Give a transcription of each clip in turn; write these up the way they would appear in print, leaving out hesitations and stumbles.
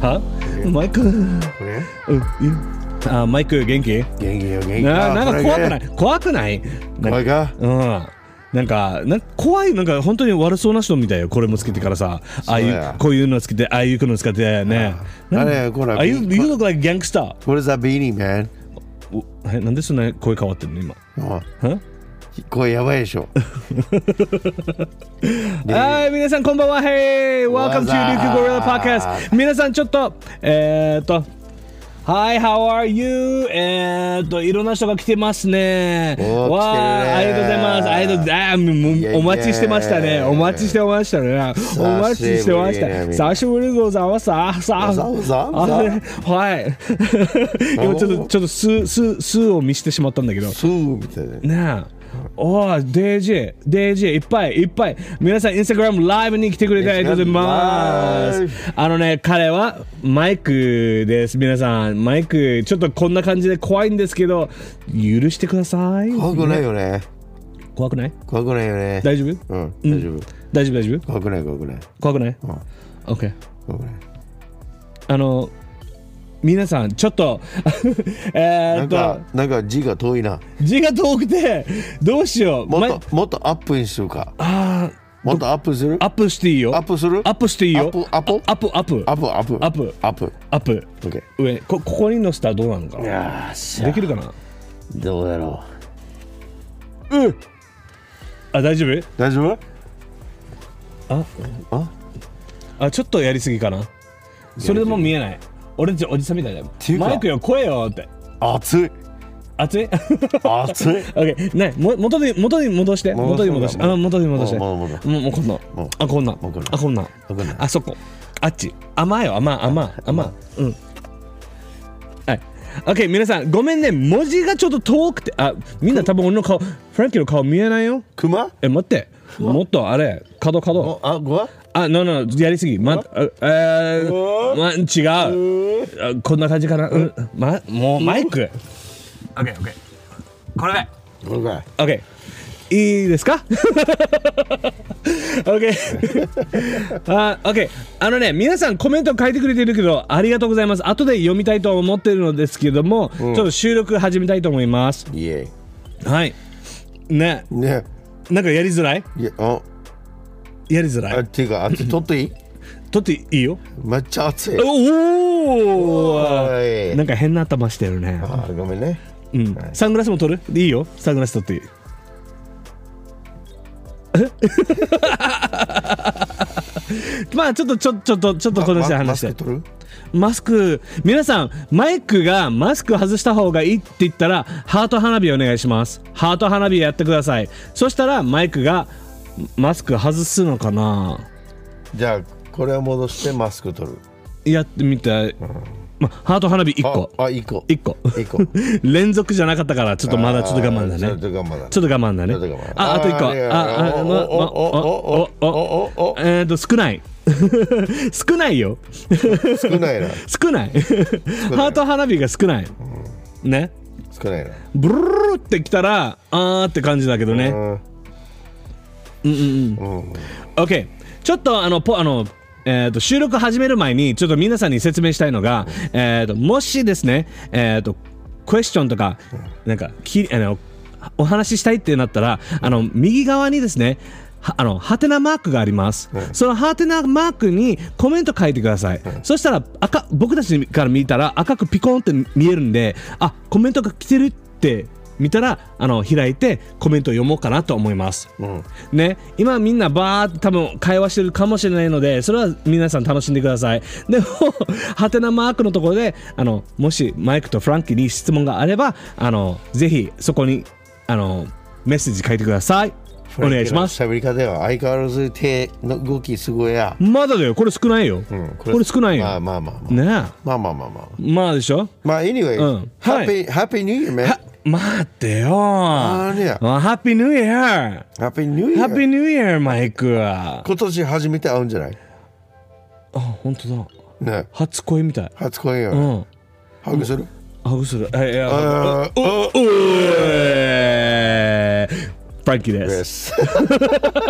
はマイクマイク元気元気よ、元気なんか怖くない？怖くない？ 怖いか？ なんか怖い、なんか本当に悪そうな人みたいよ。これもつけてからさ、こういうのつけて、ああいうのつけてね。You look like gangster. What is that beanie, man? なんでそんな声変わってるの今？ 声やばいでしょ。 はい、皆さんこんばんは。Hey, welcome to Ryukyu Gorilla Podcast. 皆さんちょっとHi, how are you? いろんな人が来てますね。わあ、ありがとうございます。ありがとうございます。お待ちしてましたね。お待ちしてましたね。お待ちしてました。久しぶりでございます。はい。今ちょっと数を見してしまったんだけど。 数みたいな。 ねえ。DJ いっぱい皆さんインスタグラムライブに来てくれてありがとうございます。彼はマイクです。皆さんマイクちょっとこんな感じで怖いんですけど許してください。 怖くないよね。 怖くない？ 怖くないよね。 大丈夫？大丈夫？ 怖くない。 怖くない？ OK。皆さんちょっとなんか字が遠いな。 字が遠くてどうしよう。 もっとアップにするか。もっとアップする？ アップしていいよ。 アップする？ アップしていいよ。 アップ。 OK。上ここに乗せたらどうなのかな。できるかな。 どうだろう。大丈夫？ちょっとやりすぎかな。それでも見えない。俺おじさんみたいだよ。マイクよ声よって。熱いOK ね、元に戻して。もうこんなあそこあっち甘よ。はい。OK 皆さんごめんね、文字がちょっと遠くてみんな多分俺の顔フランキーの顔見えないよ。 クマ？ 待ってもっとあれ角no やりすぎ。違う。こんな感じかな。もうマイク。OK。これで。OK。いいですか？OK。OK。皆さんコメント書いてくれてるけどありがとうございます。後で読みたいと思ってるのですけども、ちょっと収録始めたいと思います。はい。ね。なんかやりづらい？やりづらい。 っていうか、撮っていい？ 撮っていいよ。 めっちゃ熱い。 なんか変な頭してるね。 ごめんね。 サングラスも撮る？いいよ。サングラス撮っていい。まあちょっとこの人話して。マスク皆さんマイクがマスク外した方がいいって言ったらハート花火お願いします。ハート花火やってください。そしたらマイクがマスク外すのかな。 じゃあこれを戻してマスク取る。 やってみたい。ハート花火1個。1個連続じゃなかったからちょっとまだちょっと我慢だね。ちょっと我慢だね。あと1個。少ない少ないよ。 少ないハート花火が少ないね。 少ないな。 ブルルってきたらって感じだけどね。OK。ちょっと収録始める前にちょっと皆さんに説明したいのが、もしですねクエスチョンとかなんかお話ししたいってなったら右側にですねハテナマークがあります。そのハテナマークにコメント書いてください。そしたら僕たちから見たら赤くピコンって見えるんで、コメントが来てるって見たら開いてコメントを読もうかなと思います。ね、今みんなバーって多分会話してるかもしれないので、それは皆さん楽しんでください。でもハテナマークのところでもしマイクとフランキーに質問があればぜひそこにメッセージ書いてください。お願いします。 喋り方は相変わらず手の動きすごいや。 まだだよ。これ少ないよ。これ少ないよ。 まあね。 まあでしょ。 anyway、Happy New Year man。 待ってよ。ハッピーニューイヤーマイクは。 今年初めて会うんじゃない？ 本当だ。 ね。 初恋みたい。 初恋よ。ハグする？ フランキーです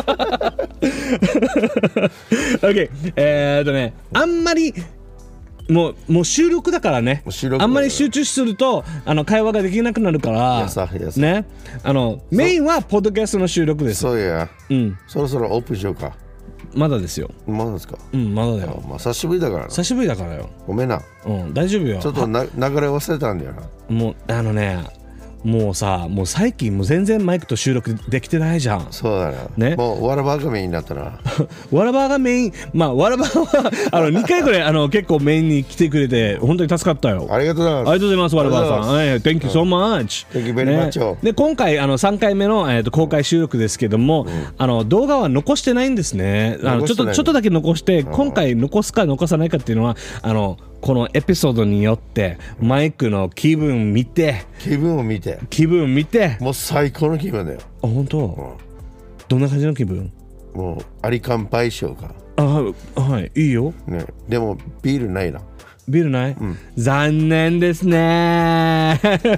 。OK。あんまりもう収録だからね。あんまり集中すると会話ができなくなるからね。メインはポッドキャストの収録です。 そうや、そろそろオープンしようか。 まだですよ。 まだですか。 まだだよ。 久しぶりだからな。 久しぶりだからよ。 ごめんな。 大丈夫よ。 ちょっと流れ忘れたんだよな。 もうもう最近もう全然マイクと収録できてないじゃん。 そうだね。もうわらばがメインになったな。 わらばがメイン、わらばは2回ぐらい結構メインに来てくれて本当に助かったよ。 ありがとうございます。 ありがとうございます、わらばさん。Thank you so much。 Thank you very much。 で今回3回目の公開収録ですけども、動画は残してないんですね。ちょっとだけ残して、今回残すか残さないかっていうのはこのエピソードによってマイクの気分を見てもう最高の気分だよ。 あ、本当？どんな感じの気分？ もうあり乾杯しようか。 はい、いいよ、 ね。でもビールないな。 ビールない？残念ですね。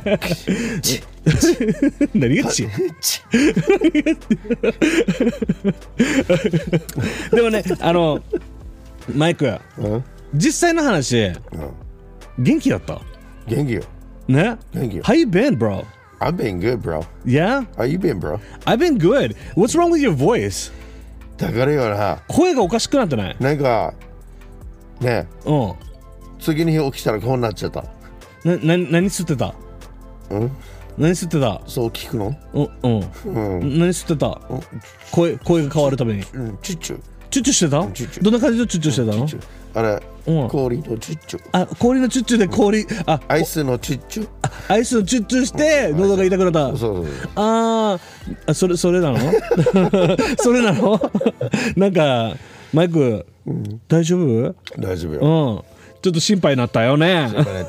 何がちでもね、マイク、実際の話、元気だった？ 元気よ。 ね？ 元気よ。 How you been, bro? I've been good, bro. Yeah? How you been, bro? I've been good. What's wrong with your voice? だからよな。 声がおかしくなってない？ なんかね、次の日起きたらこうなっちゃった。 何吸ってた？何吸ってた？ そう聞くの？ 何吸ってた？声が変わるために。 チュッチュ。 チュッチュしてた？どんな感じのチュッチュしてたの？ あれ、氷のチュッチュ。 氷のチュッチュでアイスのチュッチュ。 アイスのチュッチュして喉が痛くなった。 そう。 それなの？それなの？なんかマイク、大丈夫？ 大丈夫よ。 ちょっと心配になったよね。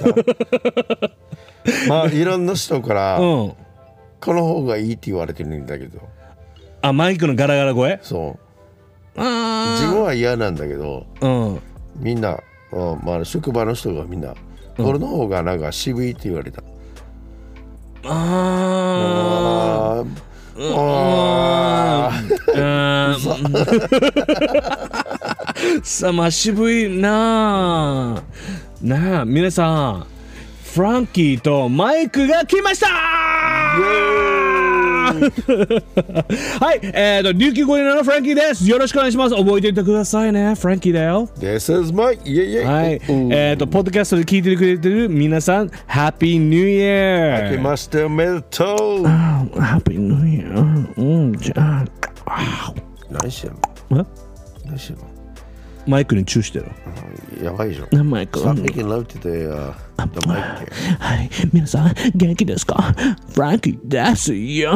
いろんな人から、この方がいいって言われてるんだけど。 マイクのガラガラ声？ そう。自分は嫌なんだけど、みんな、職場の人がみんな、俺の方がなんか渋いって言われた。 渋いなあ、皆さん、フランキーとマイクが来ました。はい、琉球ゴリラのフランキーです。よろしくお願いします。覚えていてくださいね。フランキーだよ。 This is Mike。 はい、ポッドキャストで聞いてくれてる皆さん、Happy New Year。 明けましておめでとう。 Happy New Year。じゃあ、 何してんの？ マイクにチューしてる。 やばいでしょ。 マイク。 Stop making love to the mic here。 はい、皆さん元気ですか？フランキーですよ。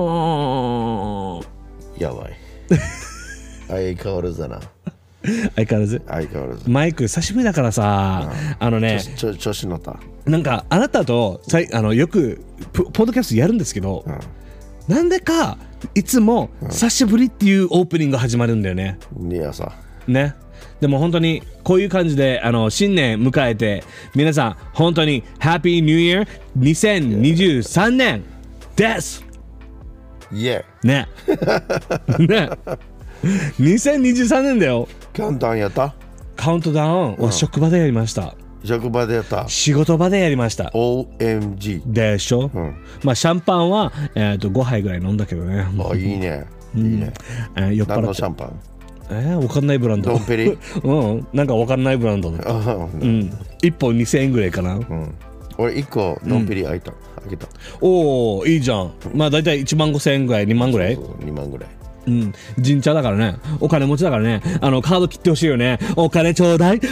やばい。相変わらずだな。 相変わらず。マイク久しぶりだからさ、 調子乗った。 なんかあなたとよくポッドキャストやるんですけど、なんでかいつも久しぶりっていうオープニングが始まるんだよね。 いやさ。 ね。でも本当にこういう感じで新年迎えて皆さん本当に Happy New Year 2023年です。 ね。 ね。2023年だよ。 カウントダウンやった？ カウントダウンは職場でやりました。 職場でやった？仕事場でやりました。 OMG でしょ、シャンパンは、5杯ぐらい飲んだけどね。 いいね。いいね。 酔っ払って。 何のシャンパン？ わかんないブランド。 ドンペリ？ なんかわかんないブランドだった。1本2000円ぐらいかな。 俺1個ドンペリあげた。 おー、いいじゃん。だいたい1万5000円ぐらい、2万ぐらい。 2万ぐらい。 人茶だからね。お金持ちだからね。カード切ってほしいよね。お金ちょうだい。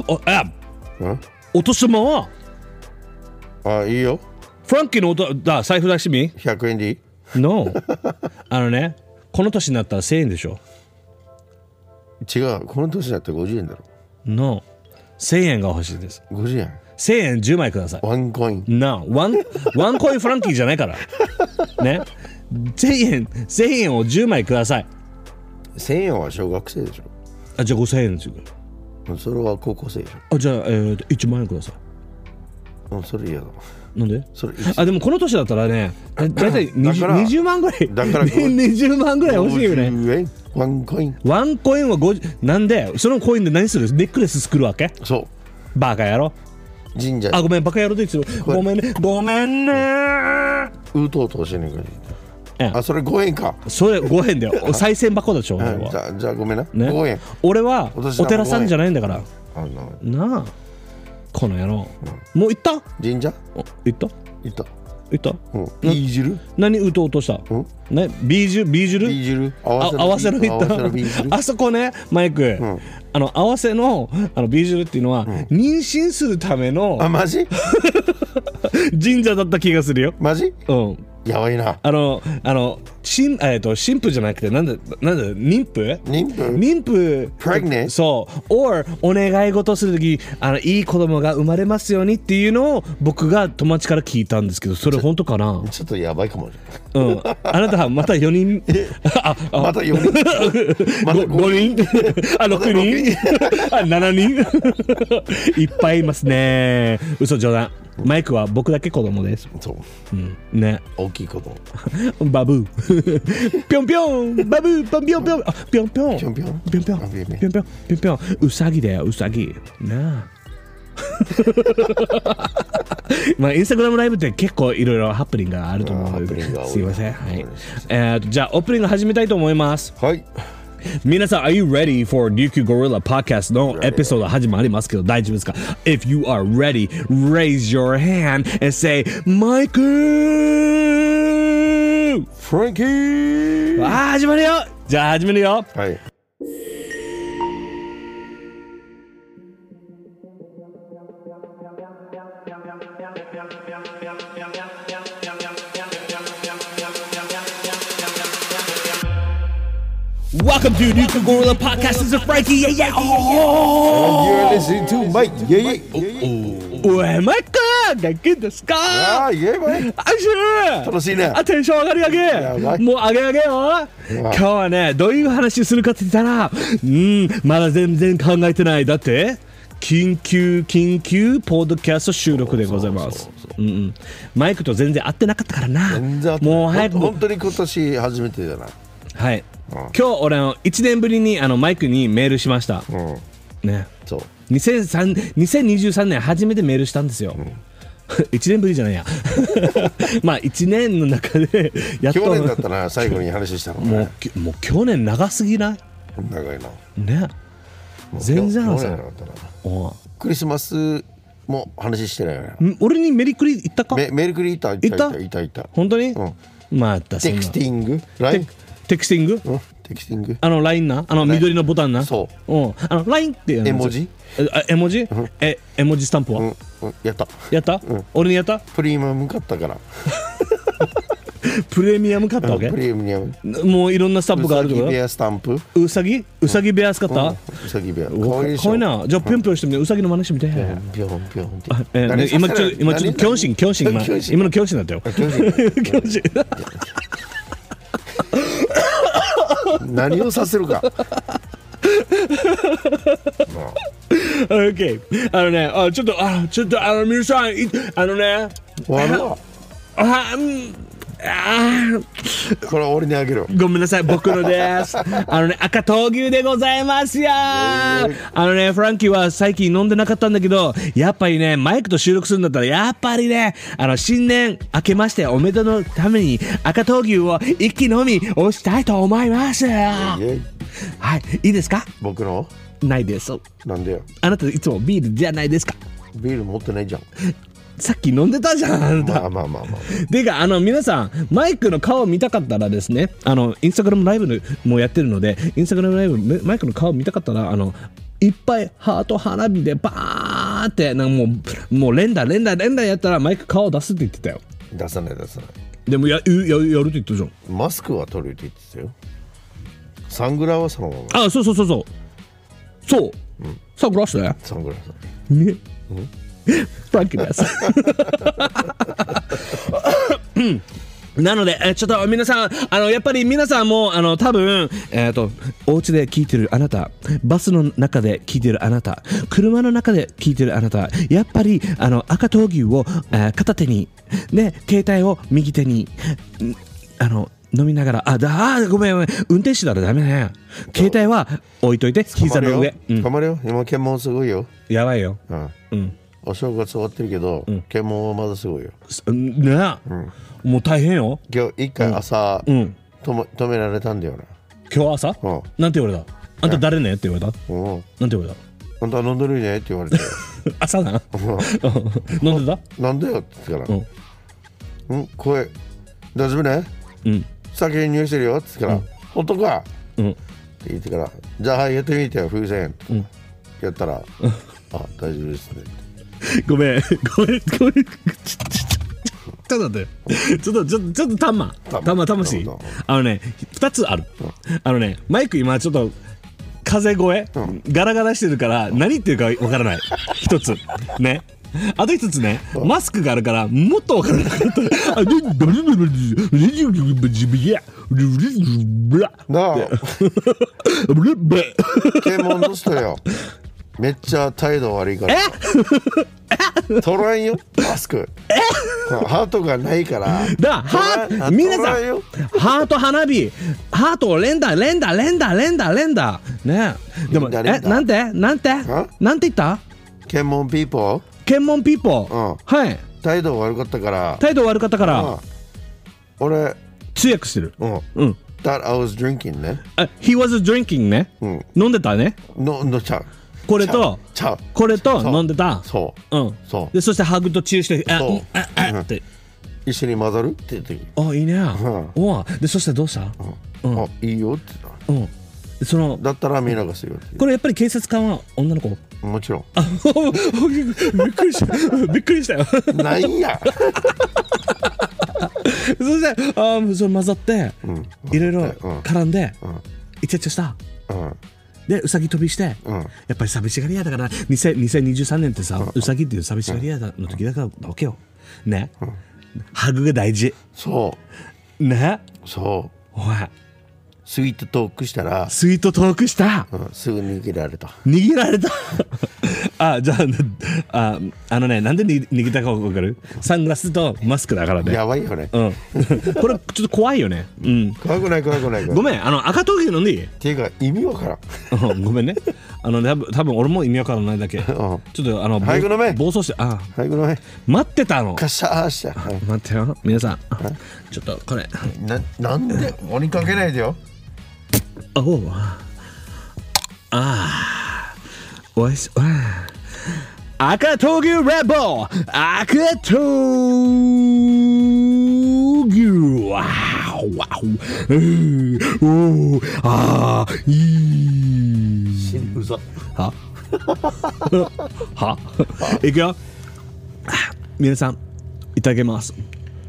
お年玉は？ いいよ。 フランキーの財布出してみ。 100円でいい？ No。この年になったら1000円でしょ。 違う、この年になったら50円だろ。 No。1000円が欲しいです。 50円。 1000円10枚ください。 ワンコイン。 No。ワンコインフランキーじゃないから。ね。1000円を10枚ください。 1000円は小学生でしょ。 じゃあ5000円ですよ。 それは高校生でしょ。 じゃあ、1万円ください。 それ嫌だ。 なんで？でもこの年だったらね、だいたい20万ぐらい。 だから 20万ぐらい欲しいよね。 ワンコイン。 ワンコインは50。なんでそのコインで何する？ネックレス作るわけ？ そう。 バカ野郎。 神社。 あ、ごめん、バカ野郎と言ってる。ごめんね。ごめんね。 うとうとしてねえか。あ、それ5円か。 それ5円だよ。賽銭箱でしょ。 じゃあごめんな。 ね、 5円。 俺はお寺さんじゃないんだから。なあ。この野郎。もう行った？ 神社？ 行った？ 行った。 行った？ ビージル？ 何うとうとした？ね、ビージル？ビージル？合わせの行った。あそこね、マイク。合わせのビージルっていうのは妊娠するための。 あ、マジ？ 神社だった気がするよ。 マジ？うん。やばいな。 神父じゃなくてなんだ妊婦 pregnant そう or お願い事するときいい子供が生まれますようにっていうのを僕が友達から聞いたんですけど、それ本当かな？ ちょっとやばいかも。 あなたまた4人また4人また5人6人7人いっぱいいますね。嘘冗談。マイクは僕だけ子供です。 そう、 ね、 大きい子供。 バブーぴょんぴょんバブーぴょんぴょんぴょんぴょんぴょんぴょんぴょんぴょんぴょんぴょんぴょんぴょんぴょんうさぎだよ、うさぎなあ。まあインスタグラムライブって結構いろいろハプニングがあると思うのですいません。はい。じゃあオープニング始めたいと思います。 はい。 皆さん Are you ready for Ryukyu Gorilla Podcast のエピソード始まりますけど大丈夫ですか？ If you are ready, raise your hand and say Michael Frankie 始まるよ。じゃあ始めるよ。 はい。 Welcome to Ryukyu Gorilla Podcast. This is Frankie. Yeah, yeah. Oh, you're listening to Mike. Yeah, yeah. おい、マイク元気ですか？ ああ、イェイマイ。楽しいね。 テンション上がり上げ。もう上げ上げよ。今日はね、どういう話するかって言ったら、まだ全然考えてない。だって、緊急ポッドキャスト収録でございます。マイクと全然会ってなかったからな。もう早く。 本当に今年初めてだな。 はい。今日俺1年ぶりにマイクにメールしました。ね。そう。2023年初めてメールしたんですよ。1年ぶりじゃないや。まあ1年の中でやっと。去年だったな、最後に話したの。 もう去年長すぎない？ 長いな。 ね。全然話せない。 クリスマスも話してないよね。 俺にメリクリ言ったか？ メリクリ言った。 本当に？またテクスティング？ テクスティング？ テクスティング。 LINE な？緑のボタンな？ そう。 LINE って絵文字？ 絵文字？絵文字スタンプは？ やった。 俺にやった？ プレミアム買ったから。 プレミアム買ったわけ？ プレミアム。 もういろんなスタンプがあるってこと？ うさぎベアスタンプ？ うさぎベア使った？ うさぎベア。かわいいな。じゃあぴょんぴょんしてみて、うさぎの真似してみて。 ぴょんぴょんって。 今ちょっと教師今の教師だったよ。教師。 何をさせるか。 OK。ちょっと皆さんこれ俺にあげる。 ごめんなさい、僕のです。赤闘牛でございますよ。フランキーは最近飲んでなかったんだけど、やっぱりね、マイクと収録するんだったら、やっぱりね、新年明けましておめでとうのために赤闘牛を一気飲みをしたいと思います。はい、いいですか？ 僕の？ ないです。 なんでよ。 あなたいつもビールじゃないですか？ ビール持ってないじゃん。 さっき飲んでたじゃん、あなた。 まあ。 でか、皆さん、マイクの顔見たかったらですね、インスタグラムライブもやってるので、インスタグラムライブ、マイクの顔見たかったら、いっぱいハート花火でバーって、もう連打やったらマイク顔出すって言ってたよ。 出さない。 でもやるって言ったじゃん。 マスクは取るって言ってたよ。サングラはそのまま。 そう。そう、サングラスね。 サングラス。 ね。フランキーです。なので、ちょっと皆さん、やっぱり皆さんも多分お家で聞いてるあなた、バスの中で聞いてるあなた、車の中で聞いてるあなた、やっぱり赤闘牛を片手にね、携帯を右手に飲みながら、ごめん、運転手だらダメね。携帯は置いといて、膝の上。 頑張れよ。今、検問すごいよ。 やばいよ。 お正月終わってるけど、検問はまだすごいよ。 ねえ。もう大変よ。 今日一回朝、止められたんだよな。 今日朝なんて言われた？あんた誰ねって言われた？なんて言われた？ あんた飲んでるねって言われて。 朝な飲んでた？ なんでよって言ったから。声、大丈夫ね？酒に匂いしてるよって言ったら、本当かって言ってから、じゃあはいやってみてよ、風船。やったら、あ、大丈夫ですね。 ごめん。ちょっと待って。ちょっと魂。2つある。マイク今ちょっと風声、ガラガラしてるから何言ってるかわからない。一つね。あと一つね、マスクがあるからもっとわからなかった。 なあ、検問の人よ。めっちゃ態度悪いから。取らんよ、マスク。ハートがないから。 皆さん、ハート花火、ハート連打。ね。でも、なんて言った？ 検問ピーポー。 検問ピーポー。はい。 態度悪かったから。俺、 通訳してる。 That I was drinking ね。 He was drinking ね。飲んでたね。 飲んでた。 これと飲んでた。 そう。 でそしてハグとチューしてって一緒に混ざるって言って。 あ、いいね。でそしてどうした？ あ、いいよって言った。そのだったら見流すよ。 これやっぱり警察官は女の子？ もちろん。 びっくりしたよ。 なんや。 そしてそれ混ざっていろいろ絡んでイチャイチャした。でうさぎ飛びして、やっぱり寂しがり屋だから2023年ってさ、うさぎっていう寂しがり屋の時だからわけよね。ハグが大事。そうね。そうおいスイートトークしたらすぐ逃げられたじゃあなんで逃げたか分かる？サングラスとマスクだからね。 やばいよね。 これちょっと怖いよね。 怖くない。 ごめん、赤闘牛飲んでいい？ っていうか意味わからん。ごめんね。多分俺も意味わからないだけ。ちょっと早く飲め。 暴走して。 早く飲め。 待ってたの。 カシャーシャ。 待ってよ皆さん。ちょっとこれなんで鬼かけないでよ。 おいしい。赤闘牛レッボー、赤闘牛、わお、いい。 うざ。 いくよ。皆さんいただきます。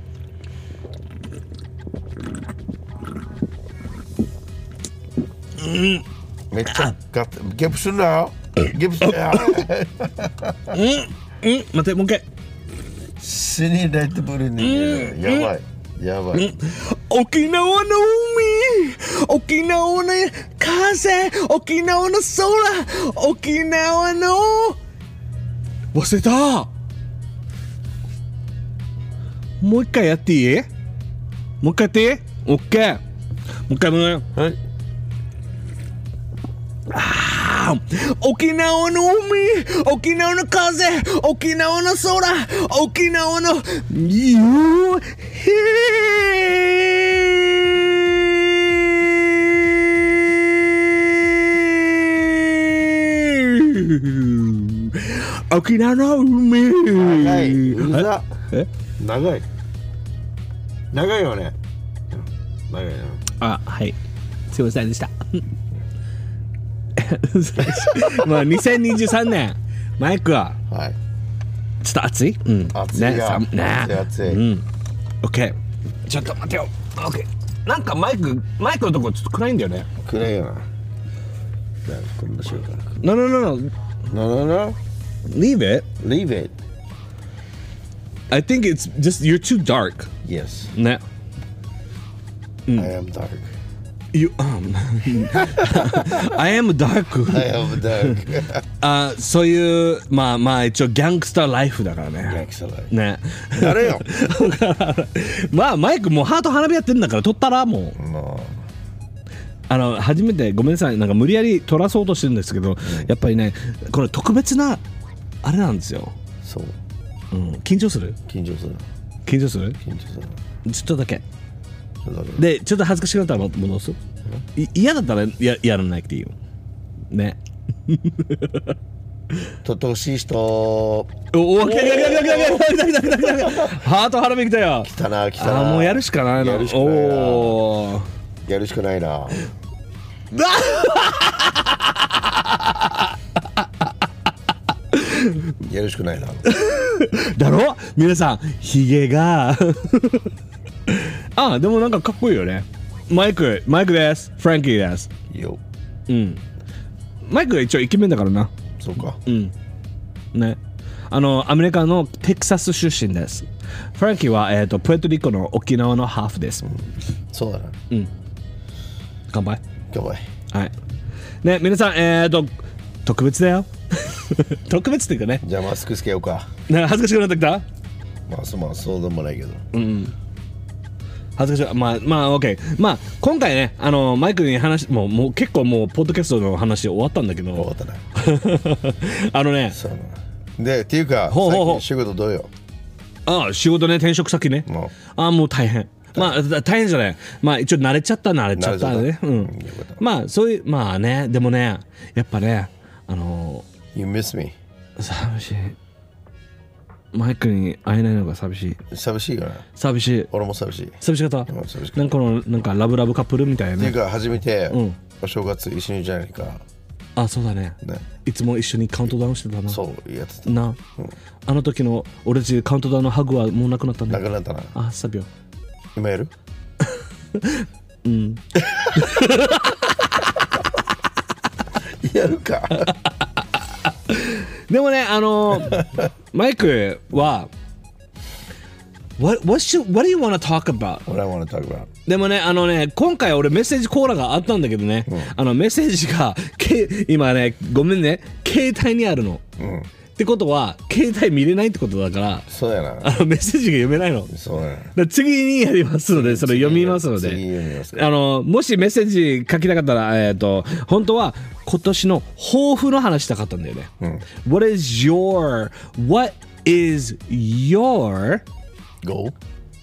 めっちゃゲップすんなよ。ゲップすんなよ。 待って、もう一回。 死にレッドブルに。やばい。 沖縄の海、沖縄の風、沖縄の空、沖縄の忘れた。もう一回やっていい？もう一回やっていい？オッケー。もう一回もね。はい。沖縄の海、沖縄の風、沖縄の空、沖縄の夕日。沖縄の海。 長い。うざ。長いよね。長いな。 はい。すいませんでした。まあ2023年マイクはちょっと暑い？ 暑いよ。暑い。 オッケー。ちょっと待てよ。オッケー。なんかマイクのとこちょっと暗いんだよね。 暗いよな。こんなしようかな。 No. Leave it. I think it's just you're too dark. Yes. ね。 I am dark. I am dark. I am dark. そういうまあ一応ギャングスターライフだからね。 ギャングスターライフ。 ね。 誰よ。 まあマイクもうハート花火やってるんだから撮ったらもう。初めてごめんなさいなんか無理やり撮らそうとしてるんですけど、やっぱりねこれ特別なあれなんですよ。 そう。 緊張する？ 緊張する。 緊張する？ 緊張する。 ちょっとだけ。でちょっと恥ずかしくなったら戻す？嫌だったらやらなくていいよ。ね。 とってほしい人。 お来たハート花火来たよ。 来たな。 もうやるしかないの。 やるしかないな。やるしかないな。 だろ皆さんヒゲがでもなんかかっこいいよね。マイクです。フランキーです。 よ。 マイクが一応イケメンだからな。 そうか。 ね。アメリカのテキサス出身です。フランキーはプエルトリコの沖縄のハーフです。 そうだな。 乾杯。 乾杯。 はい。ね皆さん特別だよ。特別っていうかね。 じゃあマスクつけようか。 なんか恥ずかしくなってきた？ まあそうでもないけど。 恥ずかしい。まあ OK。まあ今回ねマイクに話もう結構もうポッドキャストの話終わったんだけど。 終わったね。 ね。 そうでっていうか最近仕事どうよ？ 仕事ね転職先ね。もう大変。まあ大変じゃない。まあ一応慣れちゃったね。まあそういうまあねでもねやっぱね You miss me。 寂しい。マイクに会えないのが寂しい。 寂しいよね。 寂しい。 俺も寂しい。 寂しかった。なんかラブラブカップルみたいなね。 っていうか初めてお正月一緒にじゃないか。 そうだね。いつも一緒にカウントダウンしてたな。 そうやってたな。あの時の俺たちカウントダウンのハグはもうなくなったね。 なくなったな。 サビオ。 今やる？やるか。 でもねマイクは What do you want to talk about? What I want to talk about? でもね今回俺メッセージコーナーがあったんだけどね、メッセージが今ねごめんね携帯にあるの、ってことは携帯見れないってことだからそうやなメッセージが読めないの。 そうやな次にやりますのでそれ読みますのでもしメッセージ書きたかったら本当は今年の抱負の話したかったんだよね、What is your Goal?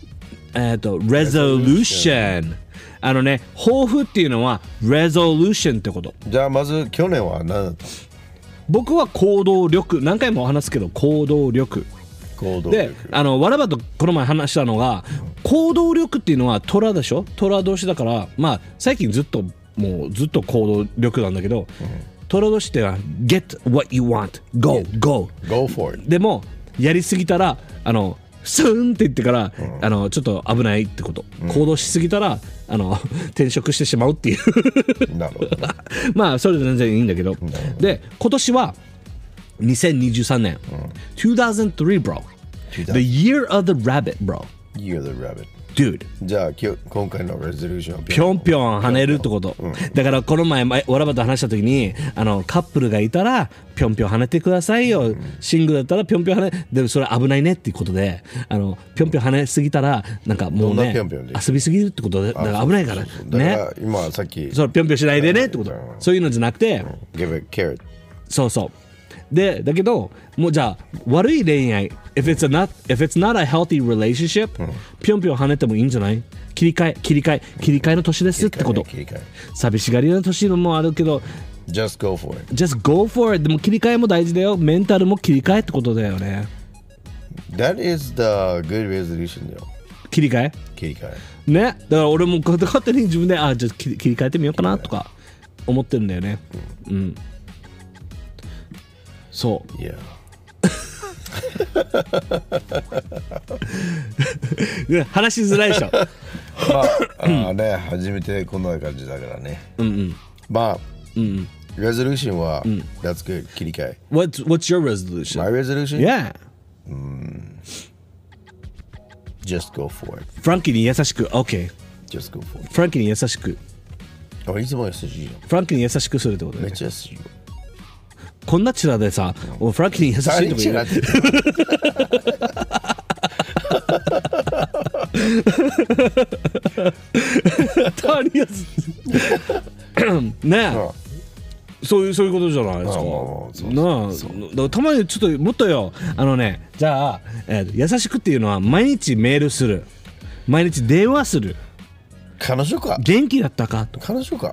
resolution 抱負っていうのは resolution ってこと。 じゃあまず去年は何だった？ 僕は行動力何回も話すけど行動力でわらばとこの前話したのが、行動力っていうのは虎でしょ。虎同士だからまあ最近ずっと行動力なんだけど、虎同士ってのは get what you want go for it でもやりすぎたらスーンって言ってから、ちょっと危ないってこと、行動しすぎたら転職してしまうっていうなるほどまあそれで全然いいんだけど、で今年は2023年、2003 bro the year of the rabbit bro year of the rabbit dude じゃあ今回のレゾリューションぴょんぴょん跳ねるってこと、だからこの前わらばと話した時にカップルがいたらぴょんぴょん跳ねてくださいよ、シングルだったらぴょんぴょん跳ねでもそれ危ないねっていうことでぴょんぴょん跳ねすぎたらなんかもうね遊びすぎるってことでだから危ないからね。 今さっきそうぴょんぴょんしないでねってこと、そういうのじゃなくて give it carrot そうでだけどもうじゃあ悪い恋愛 if it's not a healthy relationship、ぴょんぴょん跳ねてもいいんじゃない？切り替えの年ですってこと。寂しがりの年もあるけど just go for it でも切り替えも大事だよ。メンタルも切り替えってことだよね。 That is the good resolution よ。 切り替えね。だから俺も勝手に自分でじゃあ切り替えてみようかなとか思ってるんだよね。そう。 Yeah. 話しづらいでしょ。 まあね、初めてこんな感じだからね。まあ、レゾリューションは、that's good 切り替え。 What's your resolution? My resolution? Yeah. Just go for it. フランキーに優しく。OK. Just go for it. フランキーに優しく。 いつも優しいよ。 フランキーに優しくするってことね。 めっちゃ優しいよ。 こんなチラでさ、フランキーに優しいとか言う。ねえ、そういうことじゃないですか。なあ、だからたまにちょっともっとよ、じゃあ、優しくっていうのは毎日メールする、毎日電話する。 彼女か。 元気だったかと。 彼女か。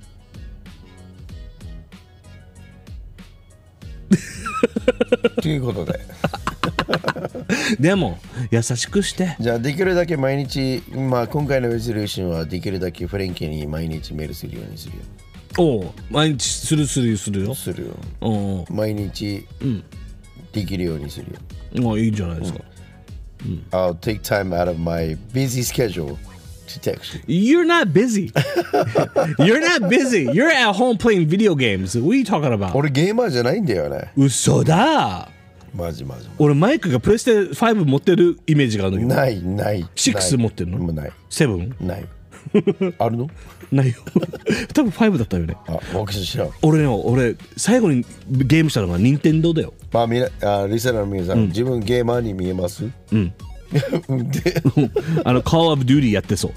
ということで。 でも優しくして。 じゃあできるだけ毎日、まあ今回のレゾリューションはできるだけフレンキーに毎日メールするようにするよ。 おう、毎日するよ。 するよ。 おう、 毎日できるようにするよ。 もういいんじゃないですか。 I'll take time out of my busy schedule to text you. You're not busy. You're not busy. You're at home playing video games. What are you talking about? 俺ゲーマーじゃないんだよね。 嘘だ。 マジ。 俺マイクがプレステ5持ってるイメージがあるのよ。 ない。 6持ってるの？ もうない。 7？ ない。あるの？ ないよ。多分5だったよね。 あ、僕知らん。 俺最後にゲームしたのが任天堂だよ。 まあリスナーの皆さん、自分ゲーマーに見えます？ うん。でCall of Duty やってそう。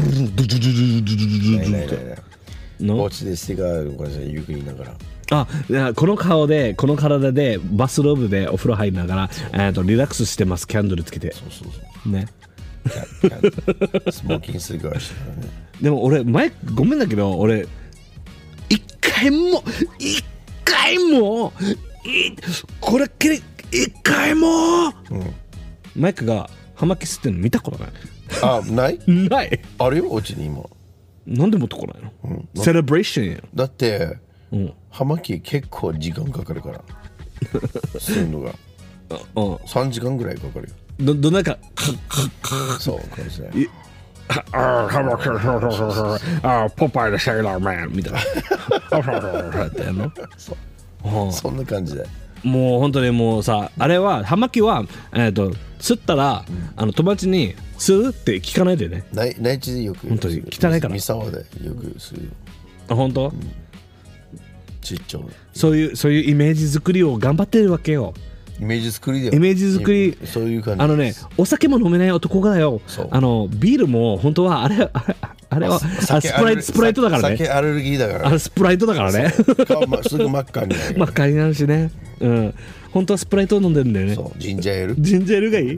ない。落ちでスティガーとかゆっくりながら。 この顔でこの体でバスローブでお風呂入りながらリラックスしてます。キャンドルつけて。そうね。 スモーキングシガーしてからね。 でも俺前ごめんだけど俺一回もこれっきり一回も、マイクが葉巻吸ってるの見たことない。ない。あるよお家に今。 なんで持ってこないの？セレブレーションや。 だって葉巻結構時間かかるから吸うのが3時間ぐらいかかるよ。 どんなかそうこれですね。 ポパイのセーラーマンみたいな。 そんな感じで。 もう本当にもうさ、あれは葉巻は吸ったら友達に吸うって聞かないでね。 内地でよく。 本当に汚いから。 三沢でよく吸うよ。 本当？ ちっちゃい。そういうイメージ作りを頑張ってるわけよ。 イメージ作りだよ。 イメージ作り。 そういう感じ。 お酒も飲めない男がだよ。ビールも本当はあれはスプライトだからね。 酒アレルギーだから。 スプライトだからね。 すぐ真っ赤になる。 真っ赤になるしね。本当はスプライトを飲んでるんだよね。 ジンジャーエール。 ジンジャーエールがいい。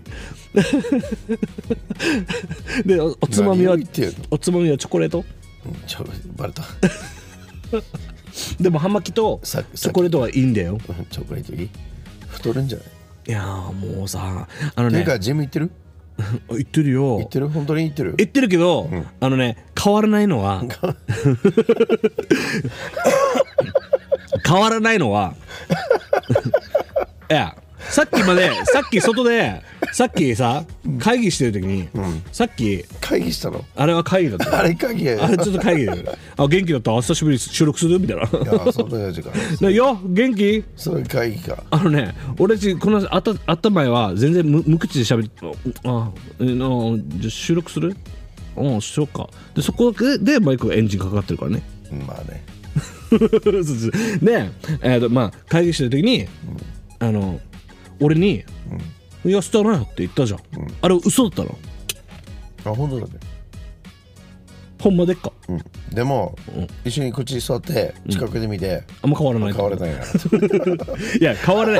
でおつまみはチョコレート。 バレた。 でも葉巻とチョコレートはいいんだよ。 チョコレートいい？太るんじゃない？ いやもうさてかジム行ってる？ 行ってるよ。 行ってる？本当に行ってる？ 行ってるけど変わらないのはいやさっき外でさっきさ会議してる時にさっき会議したの？ あれは会議だった。 あれ会議。 あれちょっと会議で元気だった久しぶりに収録するみたいな。 いやそんな感じか。 よ元気？ そういう会議か。 俺この会った前は全然無口で喋ってじゃ収録する？しようか。でそこでマイクがエンジンかかってるからね。 まあね。 でまあ会議してる時に俺に痩せたなって言ったじゃん。あれ嘘だったの？ 本当だね。 ほんまでっか。 でも一緒にこっち座って近くで見てあんま変わらない。 変わらないな。 いや変わらない。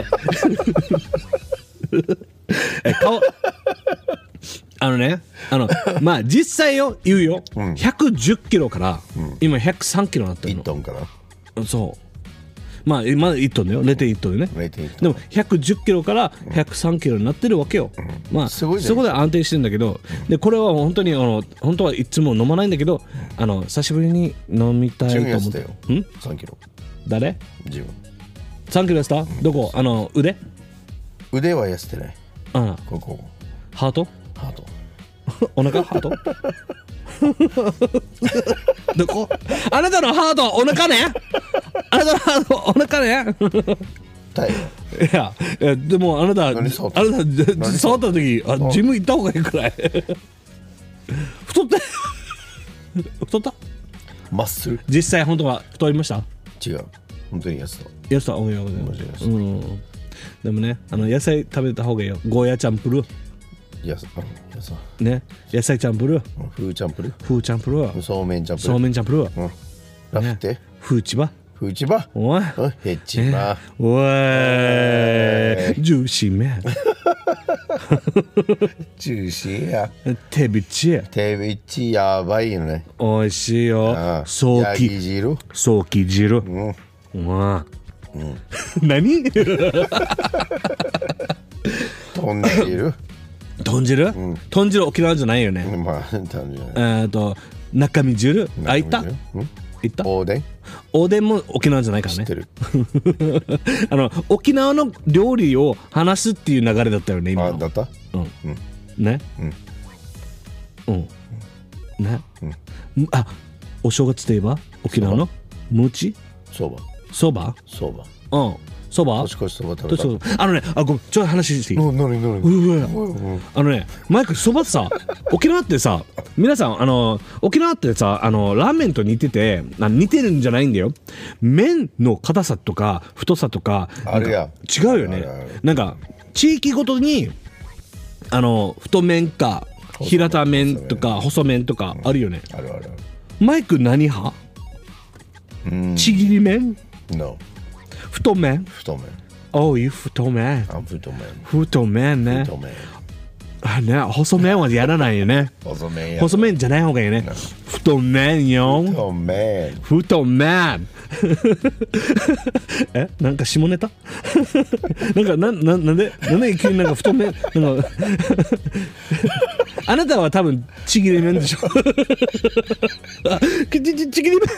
まあ実際よ言うよ、110キロから、今103キロになってるの。 1トンかな。 そうまあ今1トンだよ。0.1トンでね。でも110キロから103キロになってるわけよ。まあそこで安定してるんだけど、でこれは本当に本当はいつも飲まないんだけど久しぶりに飲みたいと思って。 3キロ。 誰？ 自分。 3キロ痩せた？どこ？ 腕は痩せてない。ここ。 ハート？ ハート。 お腹？ハート？どこ？あなたのハートお腹ね。あなたのハートお腹ね。いやでもあなた触った時ジム行った方がいいくらい。太った？ マッスル。 実際本当は太りました？ 違う。本当に痩せた。 痩せた。おいおいおい。でもね、野菜食べた方がいいよ。ゴーヤチャンプルー。 痩せね、野菜チャンプルー。 フーチャンプルー。 フーチャンプルー。 そうめんチャンプルー。 そうめんチャンプルー。 ラフテ。 フーチバ。 フーチバ。 おい。 ヘチバ。 おい。ジューシーめ。 ジューシーや。 手びち。 手びちやばいよね。 おいしいよ。ソーキ汁。 ソーキ汁。何？ 豚汁。 豚汁？豚汁沖縄じゃないよね。 まあ、 中身汁。あ、いった？いった？ おでん？ おでんも沖縄じゃないからね。 知ってる。 沖縄の料理を話すっていう流れだったよね、今の。 あ、だった？ ね。ね。あ、お正月といえば沖縄の餅？ そば。 そば？ そば。 そば？ 年越しそば食べた。 ごめん、ちょっと話していい？マイク、そばさ、沖縄ってさ、皆さん、沖縄ってさ、ラーメンと似てて、似てるんじゃないんだよ。麺の硬さとか太さとか違うよね。なんか地域ごとに太麺か平た麺とか細麺とかあるよね。 ある。 マイク何派？ちぎり麺？ No。 太麺？ 太麺。 おい、太麺。 太麺。 太麺ね。 太麺。 ね、細麺はやらないよね。細麺じゃない方がいいね。太麺よ。太麺。なんか下ネタ？なんで急になんか太麺なんかあなたは多分ちぎり麺でしょ。ちぎり麺。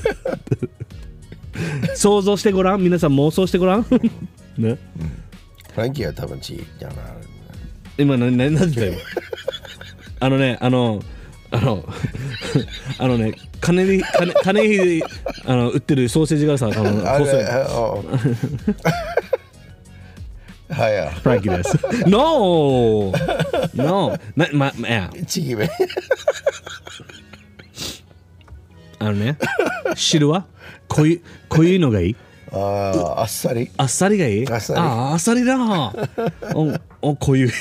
想像してごらん。皆さん妄想してごらん。ね。 フランキーは多分ちじゃない。 今何だよ。金で売ってるソーセージがさ、細い。 はいや。 フランキーです。No。 ちぎめ。 汁は濃いのがいい？ あっさり。 あっさりがいい？あっさりだな。濃い。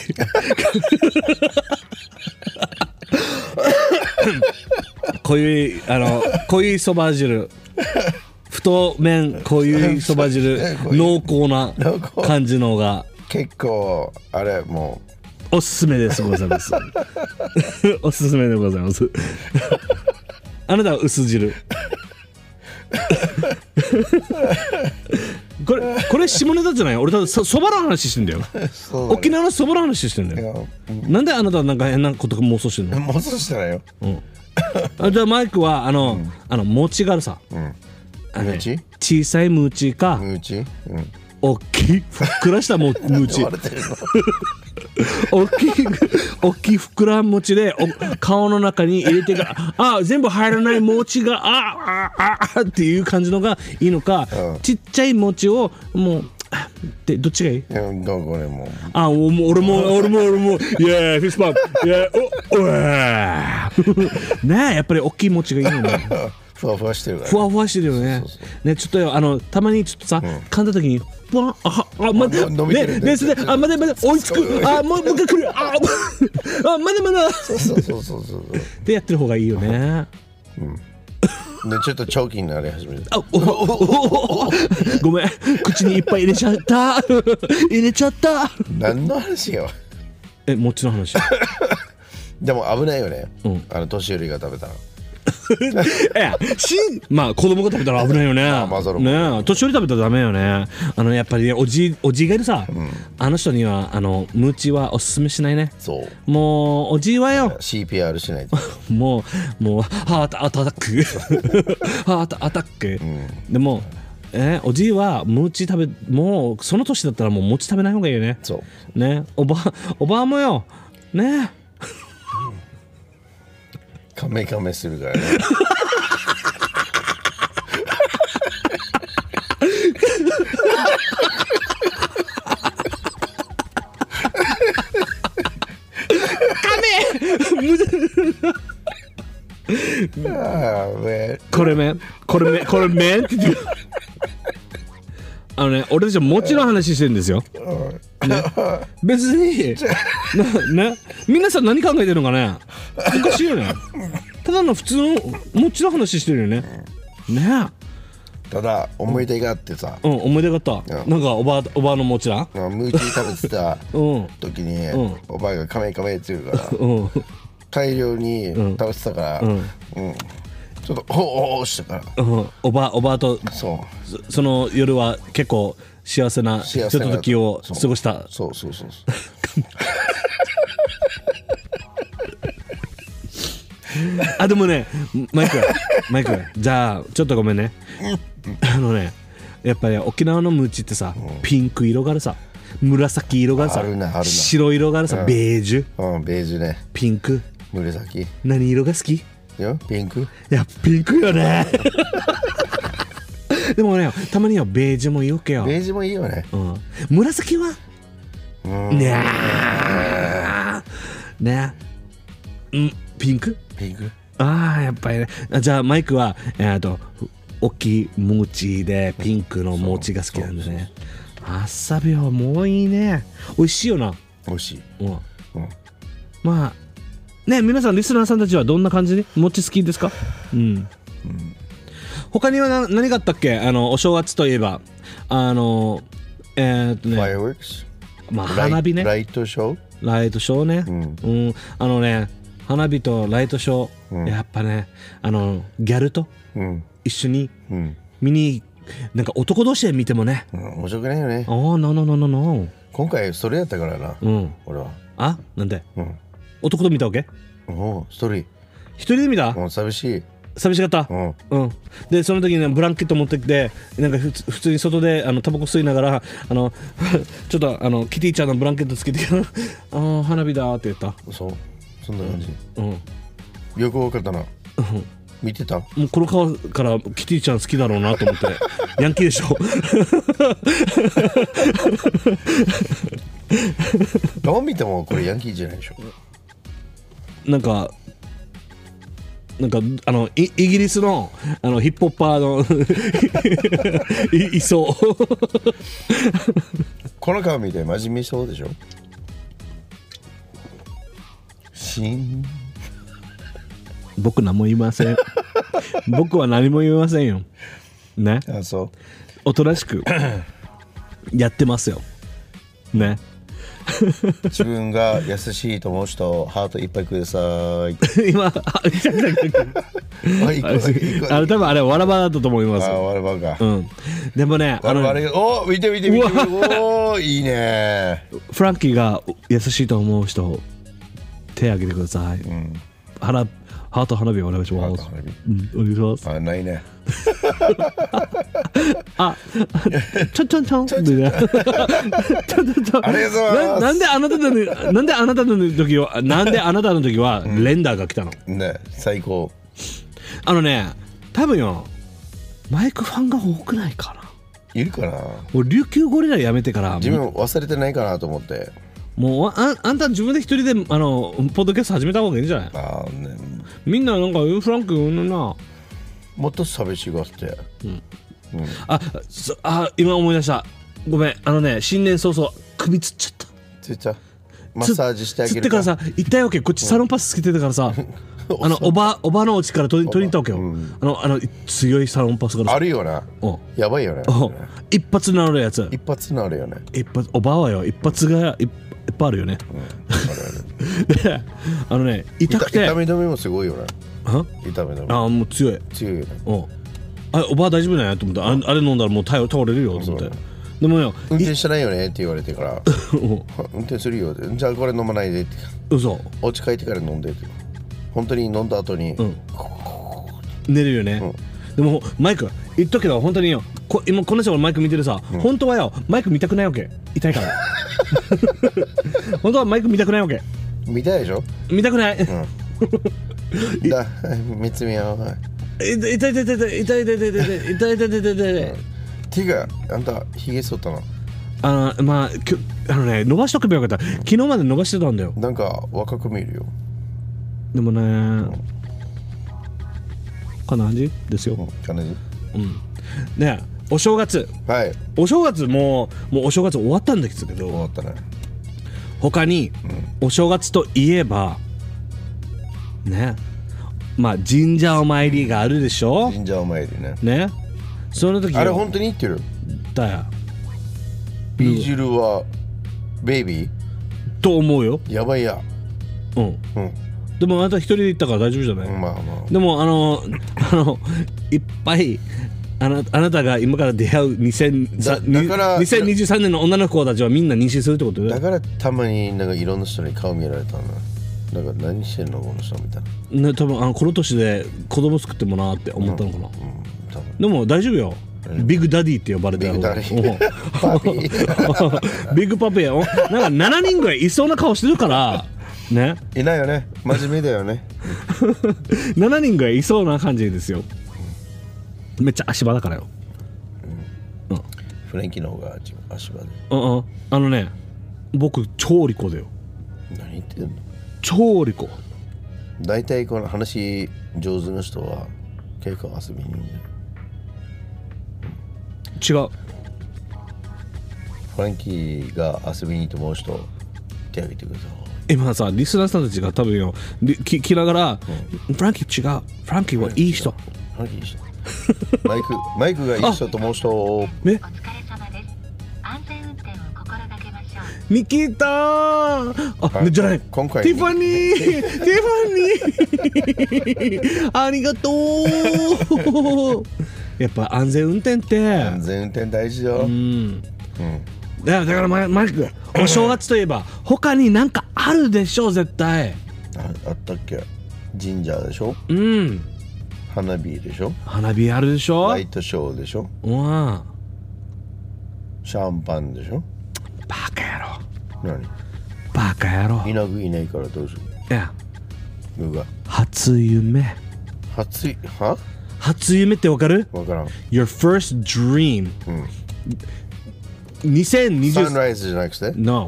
濃いそば汁。太麺濃いそば汁。濃厚な感じのが結構あれもうおすすめですございます。おすすめでございます。あなたは薄汁。これ下ネタじゃない。俺ただそばの話してんだよ。沖縄のそばの話してんだよ。なんであなたなんか変なこと妄想してんの？ 妄想してないよ。 じゃあマイクは餅があるさ。小さい餅か大きいふっくらした餅。大きい膨らん餅で顔の中に入れてから全部入らない餅がっていう感じのがいいのか、ちっちゃい餅をもうでどっちがいい？俺もイエーフィスパンイエーねえやっぱり大きい餅がいいのね。 ふわふわしてるから。 ふわふわしてるよね。ねちょっとたまにちょっとさ噛んだ時に待ってねそれで待て追いつくもう一回来るまだそうってやってる方がいいよね。 ちょっとチョーキーになり始める。 ごめん口にいっぱい入れちゃった何の話よ。 餅の話。 でも危ないよね。年寄りが食べたら。 まあ子供が食べたら危ないよね。年寄り食べたらダメよね。やっぱりねおじいがいるさ、あの人にはムーチはおすすめしないね。 そうもうおじいはよ CPR しないと。 もうハートアタックハートアタック、でもおじいはムーチもうその年だったらもう餅食べない方がいいよね。 そうねおばあもよね。 カメカメするからね。 これこれ麺って言って俺たちは餅の話してるんですよ、ね、別にね、皆さん何考えてるのかね、おかしいよね。ただの普通の餅の話してるよね。ねえ、 ただ思い出があってさ、 思い出があった、なんかおばあの餅な、 ムーチー食べてた時に、おばあがカメカメって言うから、大量に食べてたから、ちょっとおーしたから、 おばあとその夜は結構幸せなひとときを過ごした。 そうあ、でもね、マイクじゃあちょっとごめんね。やっぱり沖縄のムーチってさ、ピンク色があるさ、紫色があるさ、白色があるさ、ベージュ、 ベージュね、 ピンク、 紫、 何色が好き？ ピンク。 いや、ピンクよね。でもね、たまにはベージュもいいわけよ。 ベージュもいいよね。 紫はねえ、ピンク。ああ、やっぱりね。じゃあマイクは大きい餅でピンクの餅が好きなんだね。わさびはもういいね。美味しいよな。 美味しい。 まあね、皆さんリスナーさんたちはどんな感じで餅好きですか？他には何があったっけ？お正月といえば Fireworks、 まあ花火ね。 ライトショーね。ね、花火とライトショー、やっぱね、ギャルと一緒に見に、なんか男同士で見てもね、 面白くないよね。 No。 今回それやったからな、俺は。 なんで？男と見たわけ？一人で見た？ 寂しかった。でその時にブランケット持ってきて、なんか普通に外でタバコ吸いながらちょっとキティちゃんのブランケットつけて花火だって言った。 そんな感じ。よく分かったな。見てた？もうこの顔からキティちゃん好きだろうなと思って。ヤンキーでしょ。 どう見てもこれヤンキーじゃないでしょ。 なんかイギリスのヒップホッパーのいそう。 この顔見て真面目そうでしょ。 僕何も言いません。僕は何も言いませんよね。おとなしくやってますよね。 自分が優しいと思う人ハートいっぱいください。 今多分あれわらばだったと思います。 わらばか。 でもね、 見ておいいね。 フランキーが優しいと思う人手挙げてください。ハート花火お願いします。お願いします。 ないね。 ちょん。ありがとうございます。なんであなたの時はレンダーが来たの？ ね、最高。 多分よ、マイクファンが多くないかな。 いるかな。 俺琉球ゴリラやめてから自分忘れてないかなと思って。 もうあんた自分で一人でポッドキャスト始めた方がいいんじゃない？みんななんかフランクな。 もっと寂しがって。 今思い出した。ごめん、新年早々首つっちゃった。 つっちゃマッサージしてあげるか。 つってからさ、行ったよけ。こっちサロンパスつけてたからさ、おばのお家から取りに行ったわけよ。強いサロンパスからあるよな。やばいよね。 一発治るやつ。 一発治るよね。 おばはよ、一発がいっぱいあるよね。で、痛くて痛み止めもすごいよね。痛み止め。 もう強いよね。おばあ大丈夫なんやと思って、あれ飲んだらもう倒れるよと思って。でもよ、 運転してないよねって言われてから運転するよって。じゃあこれ飲まないでって。 嘘。 お家帰ってから飲んでって。本当に飲んだ後に寝るよね。でもマイク言っとくけど、本当によ、今この人がマイク見てるさ、本当はよマイク見たくないわけ。痛いから。本当はマイク見たくないわけ。 見たいでしょ。 見たくない。 見つめよう。 痛い。 てか、あんたひげ剃ったの？ 伸ばしとけばよかった。昨日まで伸ばしてたんだよ。 なんか若く見えるよ。 でもね、 こんな感じですよ。 感じ。 ね、お正月。 はい。 お正月もうお正月終わったんですけど、 終わったね。 他にお正月といえばね、まあ神社お参りがあるでしょ。 神社お参りね。 ね、その時あれ本当に言ってる？ だよ。 ビージルはベイビー？ と思うよ。 やばいや。 でもあなた一人で行ったから大丈夫じゃない？ まあまあ。 でもいっぱいあなたが今から出会う2023年の女の子たちはみんな妊娠するってことよ。 だからたまになんかいろんな人に顔見られたな。なんか何してんのこの人みたいな。 ね、多分この年で子供作ってもなって思ったのかな。でも大丈夫よ。ビッグダディって呼ばれてる。ビッグパピー。なんか7人ぐらいいそうな顔してるからね。 いないよね。真面目だよね。 7人ぐらいいそうな感じですよ。めっちゃ足場だからよ。 フレンキーの方が足場で。 ね、僕超利口だよ。 何言ってんの？ 超利口。 大体この話上手な人は結構遊びにいるんだよ。 違う。 フランキーが遊びに行ってもう人手挙げてください。 今さ、リスナーさんたちが多分よ聞きながら、フランキー違う、フランキーはいい人。 フランキーいい人。マイクがいい人ともう人。ね。 お疲れ様です。安全運転を心がけましょう。 ミキーター。じゃない。 今回ティファニーありがとう。やっぱ安全運転って安全運転大事よ。 だからマイク、お正月といえば他になんかあるでしょ絶対。 あったっけ？神社でしょ。花火でしょ。 花火あるでしょ。 ライトショーでしょ。シャンパンでしょ。 バカ野郎。 何？ バカ野郎。 いないからどうする？ いや。 初夢ってわかる？ わからん。 Your first dream、2020 サンライズじゃなくて No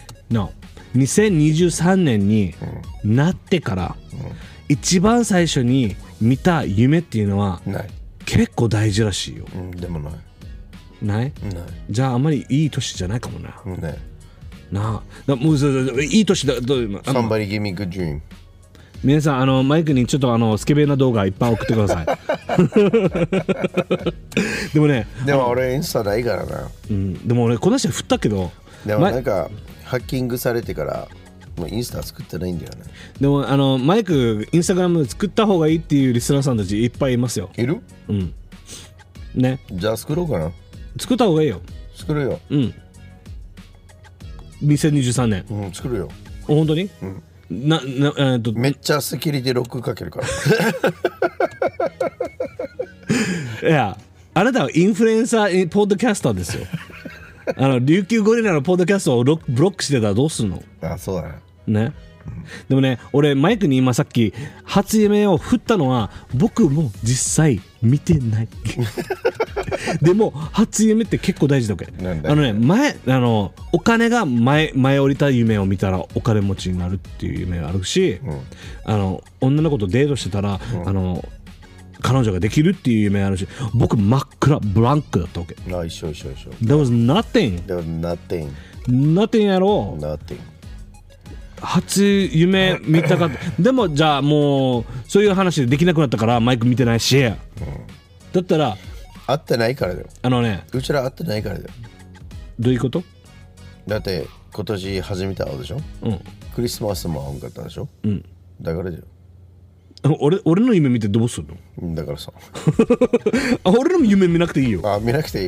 2023年になってから、一番最初に見た夢っていうのはない。 結構大事らしいよ。 でもないじゃああまりいい年じゃないかもな。 ね。 もういい年だ。 Somebody give me good dream。 皆さんマイクにちょっとスケベな動画いっぱい送ってください。でもね。 でも俺インスタないからな。 でも俺この人振ったけど。 でもなんかハッキングされてからもうインスタ作ってないんだよね。 でもマイクインスタグラム作った方がいいっていうリスナーさんたちいっぱいいますよ。 いる？ ね。 じゃあ作ろうかな。 作った方がいいよ。 作るよ。 2023年。 作るよ。 本当に？ めっちゃセキュリティロックかけるから。 いや、あなたはインフルエンサーポッドキャスターですよ。琉球ゴリラのポッドキャストをブロックしてたらどうするの？ そうだね。 でもね、俺マイクに今さっき初夢を振ったのは僕も実際見てない。でも初夢って結構大事だっけ。お金が前降りた夢を見たらお金持ちになるっていう夢があるし、女の子とデートしてたら、彼女ができるっていう夢があるし、僕真っ暗ブランクだったわけ。 一緒。 There was nothing やろ。初夢見たかった。でもじゃあもうそういう話できなくなったからマイク見てないし、だったら会ってないからだよ。うちら会ってないからだよ。 どういうこと？ だって今年初めて会うでしょ。クリスマスも会うんかったでしょ。だからだよ。 俺の夢見てどうするの？ だからさ。 俺の夢見なくていいよ。 見なくていい。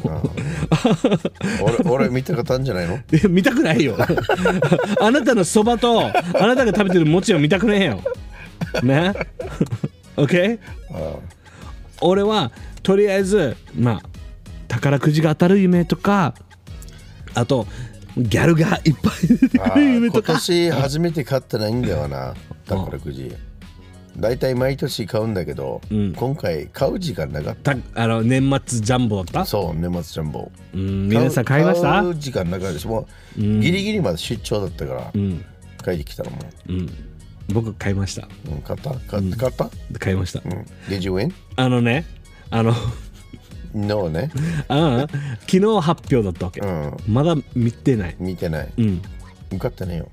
俺見たかったんじゃないの？ 見たくないよ。あなたのそばとあなたが食べてる餅を見たくねえよ。ね。OK？俺はとりあえず宝くじが当たる夢とか、あとギャルがいっぱい出てくる夢とか。 今年初めて買ってないんだよな、宝くじ。だいたい毎年買うんだけど、今回買う時間なかった。 年末ジャンボだった？ そう、年末ジャンボ。 皆さん買いました？ 買う時間なかったし、もうギリギリまで出張だったから、帰ってきたらもう。 僕買いました。 買った、 買いました。 Did you win? ね、 No ね。 昨日発表だったわけ。まだ見てない。 買ってないよ。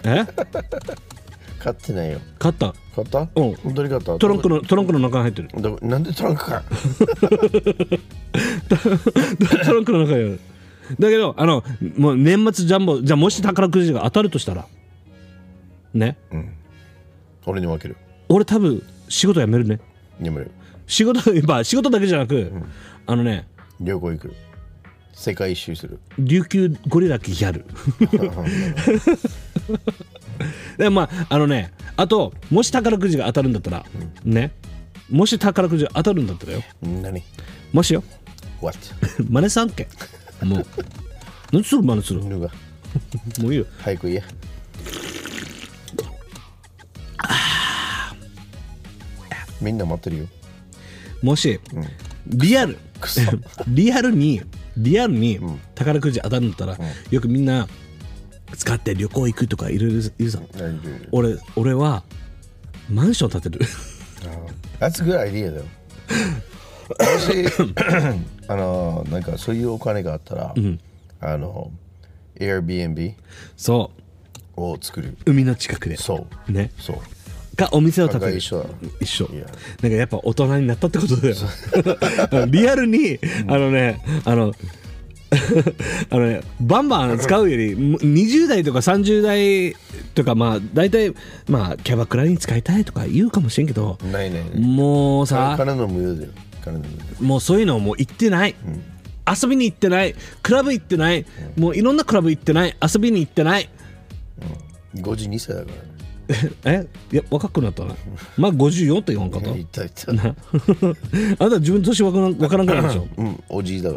買ってないよ。 買った。 本当に買った。 トランクの中に入ってる。 なんでトランクか。 トランクの中にある。だけどもう年末ジャンボじゃあもし宝くじが当たるとしたらね、 俺に分ける。 俺多分仕事辞めるね。仕事だけじゃなく、 旅行行く。世界一周する。 琉球ゴリラやる。であともし宝くじが当たるんだったら、もし宝くじが当たるんだったらよ。 何？ もしよ。 What？ 真似さんけ。もう何する真似する。もういいよ。 早く言え。みんな待ってるよ。 もし、リアルに宝くじ当たるんだったら、よくみんな使って旅行行くとかいろいろ言うさ。俺はマンション建てる。 That's a good idea だよ。もしなんかそういうお金があったら、Airbnb を作る。 海の近くで。 そうね。かお店を建てる。 一緒。 なんかやっぱ大人になったってことだよ。リアルにバンバン使うより20代とか30代とか大体キャバクラに使いたいとか言うかもしれんけど、もうさ、 金の無料だよ。 もうそういうのもう行ってない、遊びに行ってない、クラブ行ってない、もういろんなクラブ行ってない、遊びに行ってない。 52歳だからね。 いや若くなったな。54って言わんかった。 言ったあんた自分年わからんからでしょ。 おじいだから。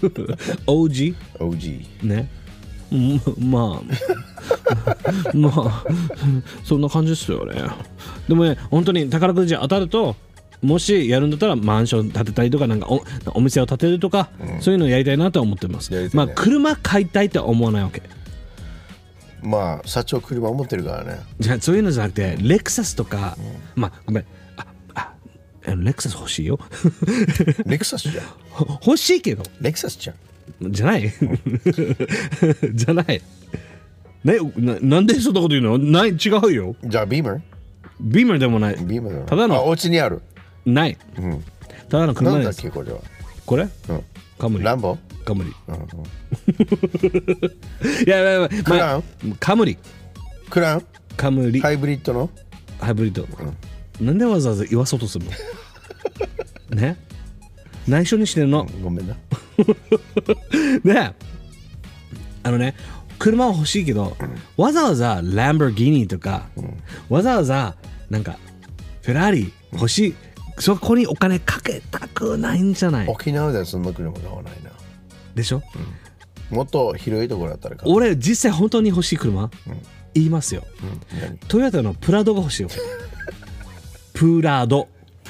OG ね。まあそんな感じですよね。でもね、本当に宝くじ当たると、もしやるんだったらマンション建てたりとか、なんか お店を建てるとか、そういうのをやりたいなとは思ってます。車買いたいとは思わないわけ。 社長車持ってるからね。 じゃあそういうのじゃなくてレクサスとか、ごめん、レクサス欲しいよ。 レクサスじゃん。 欲しいけど。 レクサスじゃん。 じゃない。じゃない。なんでそんなこと言うの？ない、違うよ。 じゃあビーマーでもない。ただのお家にある。 ない。ただの車です。 なんだっけこれは。 これ？カムリ。 ランボ？ カムリ。いやクラウン？ カムリ。 クラウン？ カムリ。 ハイブリッドの？ ハイブリッド。なんでわざわざ言わそうとするの？ね？内緒にしてるの。 ごめんな。 で、車は欲しいけど、わざわざランボルギーニとか、わざわざなんかフェラーリ欲しい、そこにお金かけたくないんじゃない？ 沖縄ではそんな車買わないな。 でしょ？ もっと広いところだったら買う。俺実際本当に欲しい車、言いますよ。トヨタのプラドが欲しいよ。プラド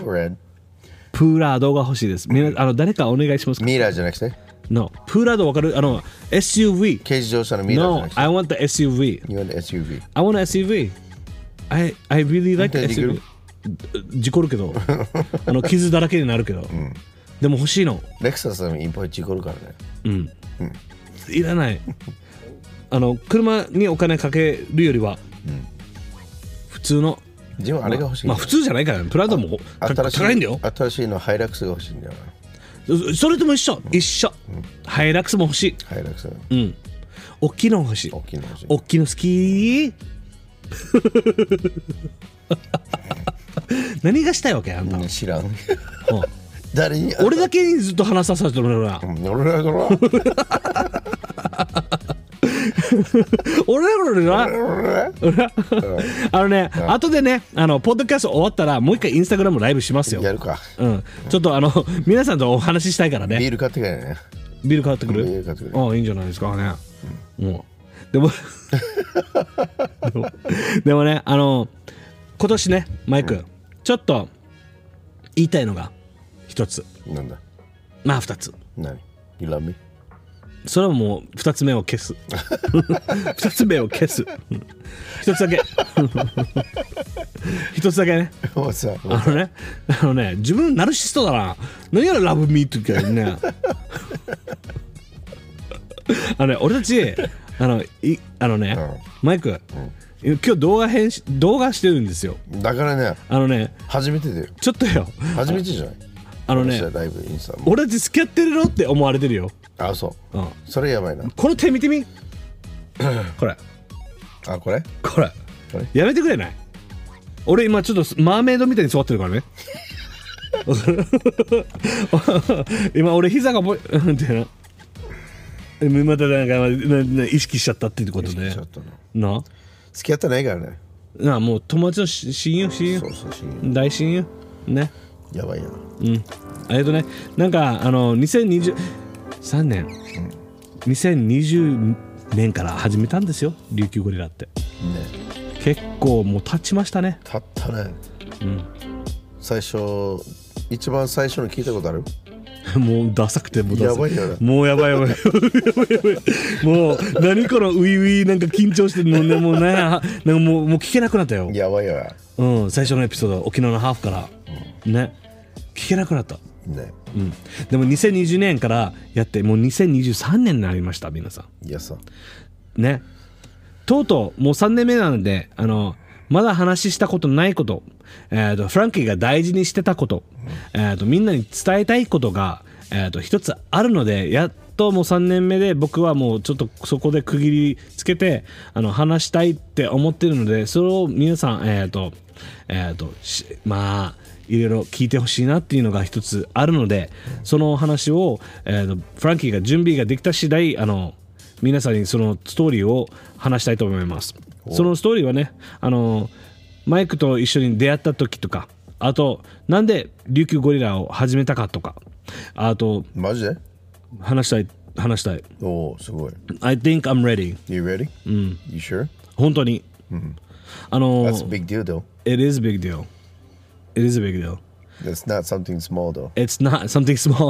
が欲しいです。誰かお願いしますか？ ミラーじゃなくて No。プラドわかる？SUV。 軽自動車のミラーじゃなくて No, I want the SUV. You want the SUV? I want an SUV. I really like the SUV. 事故るけど傷だらけになるけど、でも欲しいの。 レクサスもいっぱい事故るからね。 いらない。車にお金かけるよりは、普通の、 でもあれが欲しい。 普通じゃないからね。プラドも高いんだよ。 新しいのハイラックスが欲しいんだよな。それとも一緒。ハイラックスも欲しい。 ハイラックス。 大きいの欲しい。大きいの好き。何がしたいわけあんた。 知らん。誰に？ 俺だけにずっと話させてもらうな。後でね、ポッドキャスト終わったらもう一回インスタグラムライブしますよ。 やるか。 ちょっと皆さんとお話ししたいからね。 ビール買ってくれね。 ビール買ってくる？ああ、いいんじゃないですかね。でもね、今年ね、マイク、ちょっと言いたいのが一つ。 なんだ？ 二つ。 何？You love me？ それはもう2つ目を消す2つ目を消す1つだけ1つだけね自分ナルシストだな何やらラブミーって言うけどね俺たちマイク、今日動画してるんですよ。 だからね初めてだよ。 ちょっとよ初めてじゃない。ライブインスタ俺たち付き合ってるのって思われてるよ。 あ、そう、それやばいな。 この手見てみこれこれやめてくれない。俺今ちょっとマーメイドみたいに座ってるからね今俺膝がってまたなんか意識しちゃったっていうことでな付き合ってないからね。 もう友達の親友大親友ね。 やばいな。 なんか2023年、2020年から始めたんですよ、琉球ゴリラって結構もう経ちましたね。 経ったね。一番最初の聞いたことある？ もうダサくてもうダサやばいよね。 もうやばいもう何このウイウイなんか緊張してるのね。もうなんかもう聞けなくなったよ。 やばいよ。 最初のエピソード沖縄のハーフからね聞けなくなったね。 でも2020年からやってもう2023年になりました。皆さんいやさね、とうとうもう3年目なのでまだ話したことないこと、フランキーが大事にしてたこと、みんなに伝えたいことが、一つあるので、やっともう3年目で僕はもうちょっとそこで区切りつけて話したいって思ってるので、それを皆さんまあいろいろ聞いてほしいなっていうのが一つあるので、その話を、フランキーが準備ができた次第皆さんにそのストーリーを話したいと思います。そのストーリーはねマイクと一緒に出会った時とか、あとなんで琉球ゴリラを始めたかとか、あとマジで話したい。 おーすごい。 I think I'm ready. You ready? You sure? 本当に That's a big deal though. It is a big deal. It is a big deal. It's not something small though. It's not something small.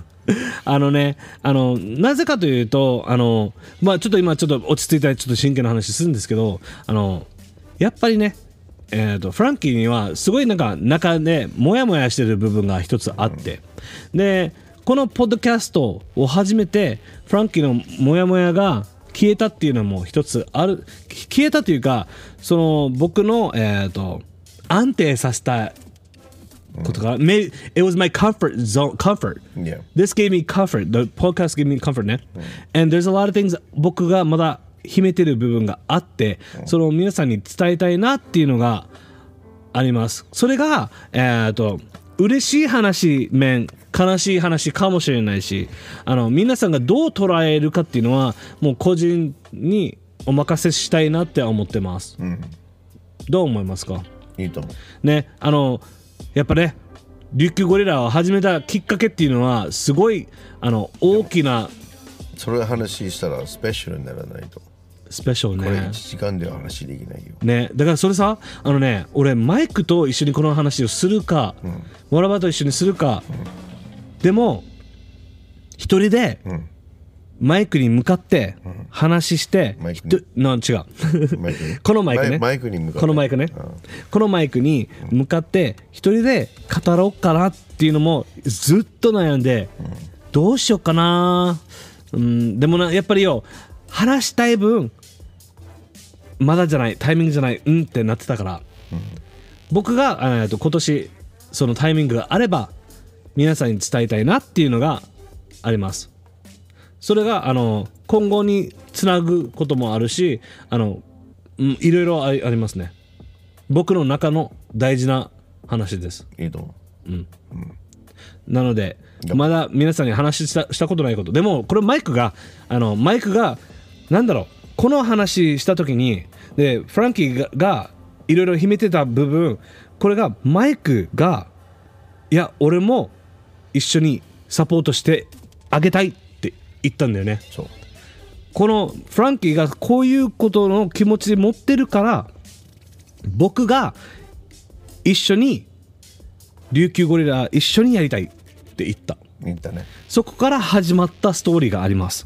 なぜかというとまあちょっと今ちょっと落ち着いたちょっと真剣な話するんですけど、やっぱりねフランキーにはすごいなんか中でモヤモヤしてる部分が一つあって、でこのポッドキャストを始めてフランキーのモヤモヤが消えたっていうのも一つある。消えたというかその僕の安定させたことが、It was my comfort zone. Yeah. This gave me comfort. The podcast gave me comfort ね。And there's a lot of things 僕がまだ秘めてる部分があって、それを皆さんに伝えたいなっていうのがあります。それが嬉しい話面、悲しい話かもしれないし、皆さんがどう捉えるかっていうのはもう個人にお任せしたいなって思ってます。どう思いますか？ いいと思うね。やっぱね琉球ゴリラを始めたきっかけっていうのはすごい大きな、 それ話したらスペシャルにならないと。 スペシャルね。 これ1時間では話できないよね。だからそれさ俺マイクと一緒にこの話をするか、わらばと一緒にするか、でも一人で、マイクに向かって話して、違うこのマイクね、このマイクね、このマイクに向かって一人で語ろうかなっていうのもずっと悩んで、どうしようかな。でもやっぱり話したい分まだじゃない、タイミングじゃないってなってたから、僕が今年そのタイミングがあれば皆さんに伝えたいなっていうのがあります。それが今後につなぐこともあるし、いろいろありますね。僕の中の大事な話です。 いいと思う。 なのでまだ皆さんに話したことないこと、でもこれマイクがなんだろう、この話した時にでフランキーがいろいろ秘めてた部分、これがマイクがいや俺も一緒にサポートしてあげたいって言ったんだよね。 そう、 このフランキーがこういうことの気持ちで持ってるから、僕が一緒に琉球ゴリラ一緒にやりたいって言ったね。 そこから始まったストーリーがあります。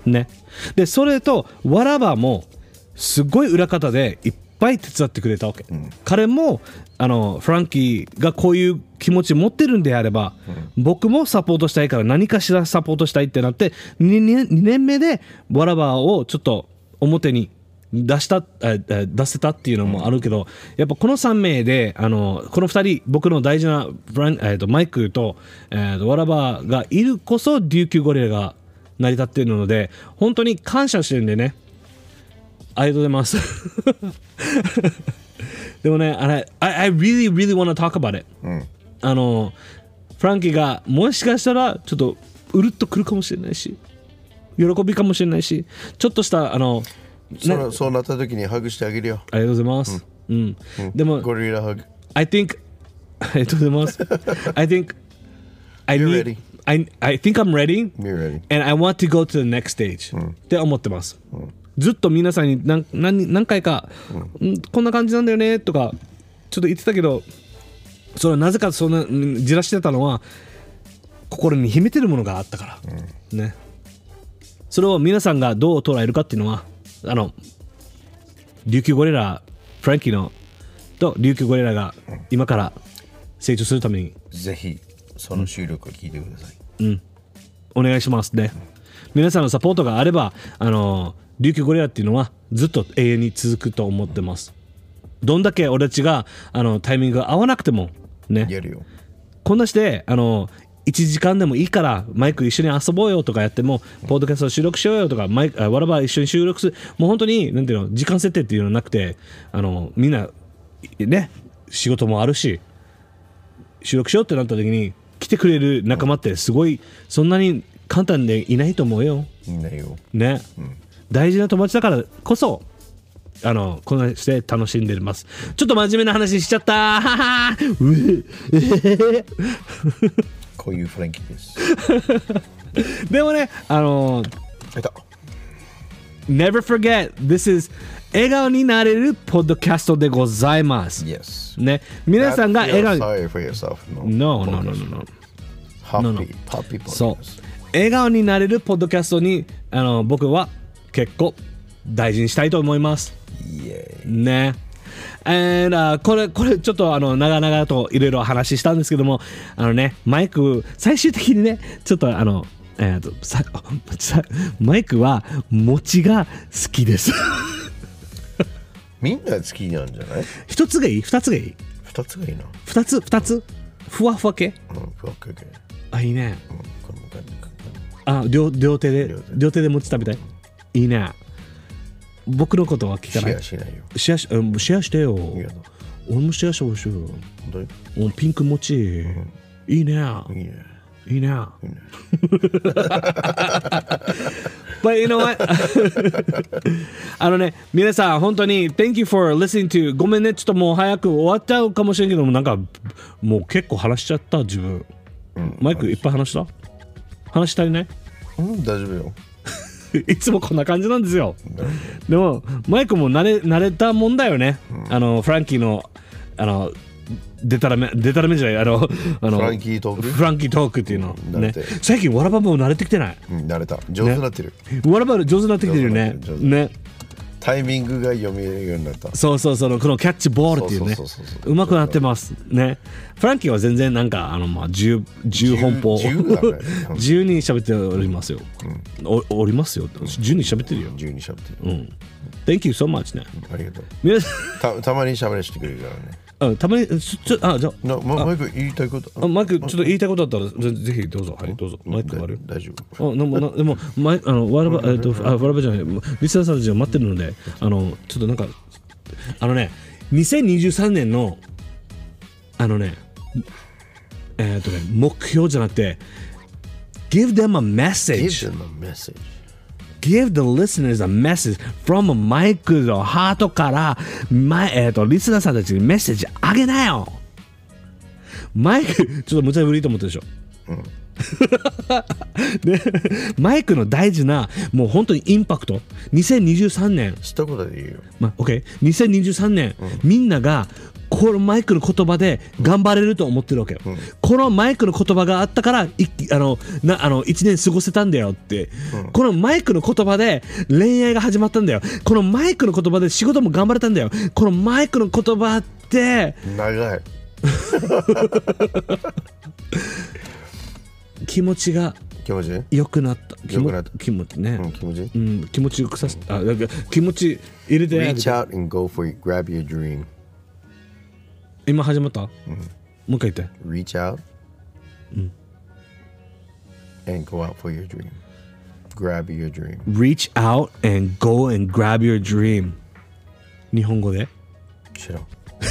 ね。でそれとわらばもすごい裏方でいっぱい手伝ってくれたわけ、彼もフランキーがこういう気持ち持ってるんであれば、僕もサポートしたいから何かしらサポートしたいってなって2年目でわらばをちょっと表に出せたっていうのもあるけど、やっぱこの3名でこの2人僕の大事なマイクと、わらばがいるこそ琉球ゴリラが成り立っているので本当に感謝してるんでね、ありがとうございますでもねI really want to talk about it、フランキーがもしかしたらちょっとうるっとくるかもしれないし喜びかもしれないし、ちょっとしたそうなった時にハグしてあげるよ。 ありがとうございます、でもゴリラハグ。 ありがとうございますI think You're ready. I think I'm ready You're ready. and I want to go to the next stage、って思ってます、ずっと皆さんに何回か、こんな感じなんだよねとかちょっと言ってたけど、それはなぜかそんなじらしてたのは心に秘めてるものがあったから、ね。それを皆さんがどう捉えるかっていうのは琉球ゴリラフランキーのと琉球ゴリラが今から成長するためにぜひその収録を聞いてください、 お願いしますね。皆さんのサポートがあれば琉球ゴリラっていうのはずっと永遠に続くと思ってます。どんだけ俺たちがタイミングが合わなくてもね、 やるよ。 こんなして1時間でもいいからマイク一緒に遊ぼうよとかやってもポッドキャスト収録しようよとかわらば一緒に収録する、もう本当になんていうの時間設定っていうのはなくてみんなね仕事もあるし収録しようってなった時に来てくれる仲間ってすごいそんなに簡単でいないと思うよ。 いないよね、大事な友達だからこそこんなして楽しんでます。ちょっと真面目な話しちゃったこういうフランキーですでもねNever forget this is 笑顔になれるポッドキャストでございます、 yes. ね、皆さんが笑顔に Sorry for yourself. No Happy そう笑顔になれるポッドキャストに僕は結構大事にしたいと思いますね。これちょっと長々といろいろ話したんですけどもマイク最終的にねちょっとマイクは餅が好きですみんな好きなんじゃない？ 一つがいい二つがいい二つがいいな。 二つふわふわ系、 ふわふわ系。 あいいね、 この感じ両手で餅食べたい、いいね。僕のことは聞かない。 シェアしないよ。 シェアしてよ。俺もシェアしてほしいよ。 本当に？ ピンク餅、いいね。いいね。But you know what? 皆さん本当に Thank you for listening to ごめんね、ちょっともう早く終わっちゃうかもしれんけども、なんかもう結構話しちゃった自分、マイクいっぱい話した？話足りない？ 大丈夫よいつもこんな感じなんですよ。でもマイクも慣れたもんだよね、フランキーのデタラメじゃないフランキートークっていうのね。最近わらばも慣れてきてない？ 慣れた、上手になってる、 わらば上手になってきてるよね。ね、 タイミングが読めるようになった。 そうこのキャッチボールっていうね、うまくなってますね。フランキーは全然なんか10本法10人喋っておりますよ、おりますよ、10人喋ってるよ。 10人喋ってる。 Thank you so much ね。 ありがとう。たまに喋らせてくれるからね。 たまにじゃあマイク言いたいことマイクちょっと言いたいことあったらぜひどうぞ。はい、どうぞ。マイクある？ 大丈夫。 でもわらばじゃない、リスナーさんたちが待ってるのでちょっとなんか2023年の目標じゃなくて Give them a message. Give the listeners a message from マイクのハートからリスナーさんたちにメッセージあげなよ。マイクちょっと無茶ぶりと思ってるでしょ、でマイクの大事なもう本当にインパクト2023年一言で言うよ、 OK 2023年、みんながこのマイクの言葉で頑張れると思ってるわけよ、このマイクの言葉があったから1年過ごせたんだよって、このマイクの言葉で恋愛が始まったんだよ、このマイクの言葉で仕事も頑張れたんだよ、このマイクの言葉って長い気持ちが良くなった。気持ちね。気持ちよくさせた。気持ち入れて。 Reach out and go for it. Grab your dream. 今始まった？もう一回言って。 Reach out and go out for your dream. Grab your dream. Reach out and go and grab your dream. 日本語で？ 知らん。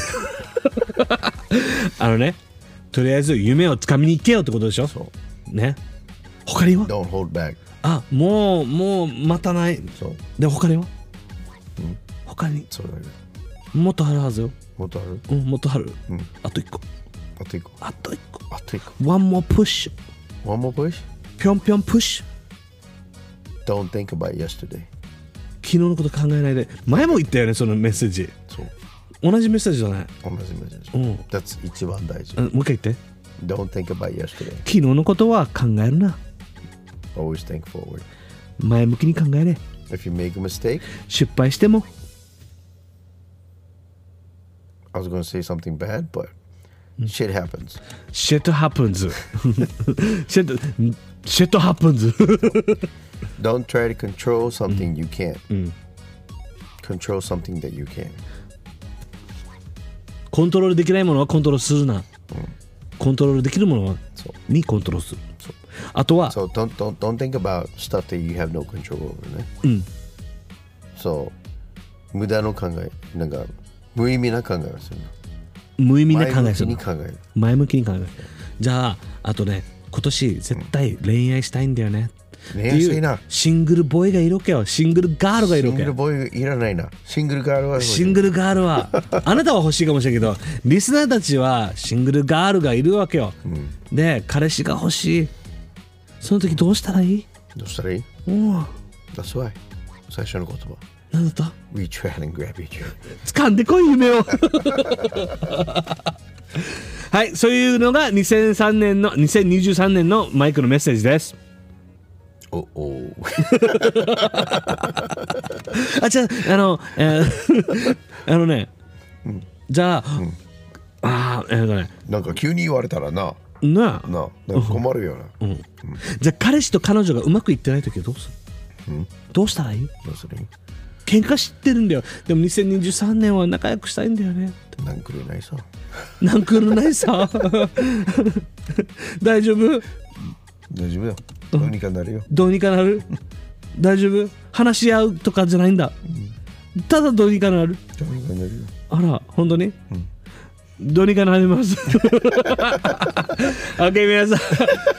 とりあえず夢をつかみに行けよってことでしょ。 そうね。他には？ Don't hold back. もう待たない。 そう。 で他には？他に？ そうだよ。 もっとあるはずよ。 もっとある？ もっとある。あと一個。 あと一個。 One more push. One more push? ぴょんぴょんプッシュ。 Don't think about yesterday. 昨日のこと考えないで。前も言ったよね、そのメッセージ。 そう。 同じメッセージじゃない。 同じメッセージ。That's 一番大事。 もう一回言って。 Don't think about yesterday. 昨日のことは考えるな。 Always think forward. 前向きに考えれ。 If you make a mistake, 失敗しても。 I was going to say something bad, but shit happens. Shit happens. Shit happens. Don't try to control something you can't. Control something that you can. コントロールできないものはコントロールするな。コントロールできるものはにコントロールする。あとは So don't think about stuff that you have no control over ね。そう無駄の考え、なんか無意味な考えをするの。 無意味な考えするの。 前向きに考える。 前向きに考える。じゃああとね、今年絶対恋愛したいんだよね。 恋愛したいな。 シングルボーイがいるわけよ。シングルガールがいるわけよ。 シングルボーイいらないな。シングルガールは欲しい。 シングルガールはあなたは欲しいかもしれないけど、リスナーたちはシングルガールがいるわけよ。で、彼氏が欲しい。その時どうしたらいい？ どうしたらいい？ That's why 最初の言葉何だった？ Reach out and grab your dream。 掴んでこい夢をはい、そういうのが2023年のマイクのメッセージです。あ、じゃあね、じゃあ、 なんか急に言われたらななんか困るよな。 じゃあ彼氏と彼女がうまくいってない時はどうする？どうしたらいい？ どうする？ 喧嘩知ってるんだよ。でも2023年は仲良くしたいんだよね。 なんくるないさ。 なんくるないさ。大丈夫？ 大丈夫だよ。どうにかなるよ。 どうにかなる？大丈夫？話し合うとかじゃないんだ。ただどうにかなる。 どうにかなるよ。 あら、本当に？どうにかなります。OK、皆さ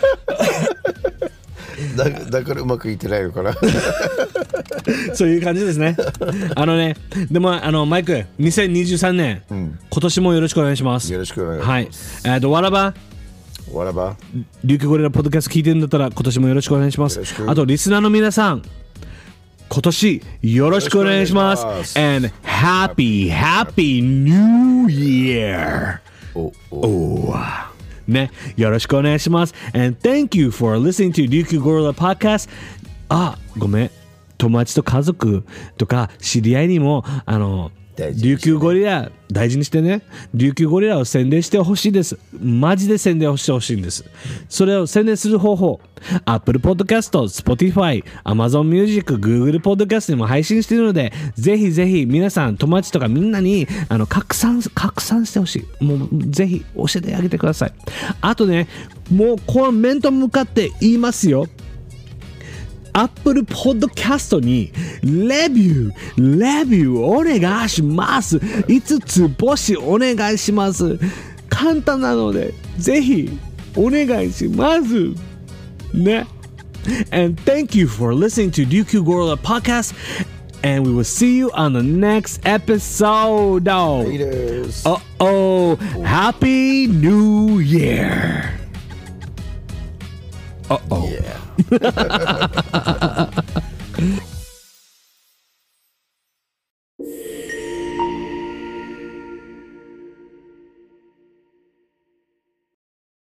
ん。だからうまくいってないのかな。 そういう感じですね。でもマイク2023年、今年もよろしくお願いします。 よろしくお願いします。 はい。わらば琉球ゴリラポッドキャスト聞いてるんだったら今年もよろしくお願いします。あとリスナーの皆さん、今年よろしくお願いします。And happy new year! ね、よろしくお願いします。And thank you for listening to 琉球ゴリラ podcast。ごめん。友達と家族とか知り合いにも琉球ゴリラ大事にしてね。琉球ゴリラを宣伝してほしいです。マジで宣伝をしてほしいんです。それを宣伝する方法、Apple Podcast、Spotify、Amazon Music、Google Podcast にも配信しているので、ぜひぜひ皆さん、友達とかみんなに拡散してほしい。もうぜひ教えてあげてください。あとね、もうこの面と向かって言いますよ。Apple Podcast にレビューお願いします。5つ星お願いします。簡単なのでぜひお願いしますね。And thank you for listening to Ryukyu Gorilla Podcast, and we will see you on the next episode. Laters. Happy New Year. Yeah.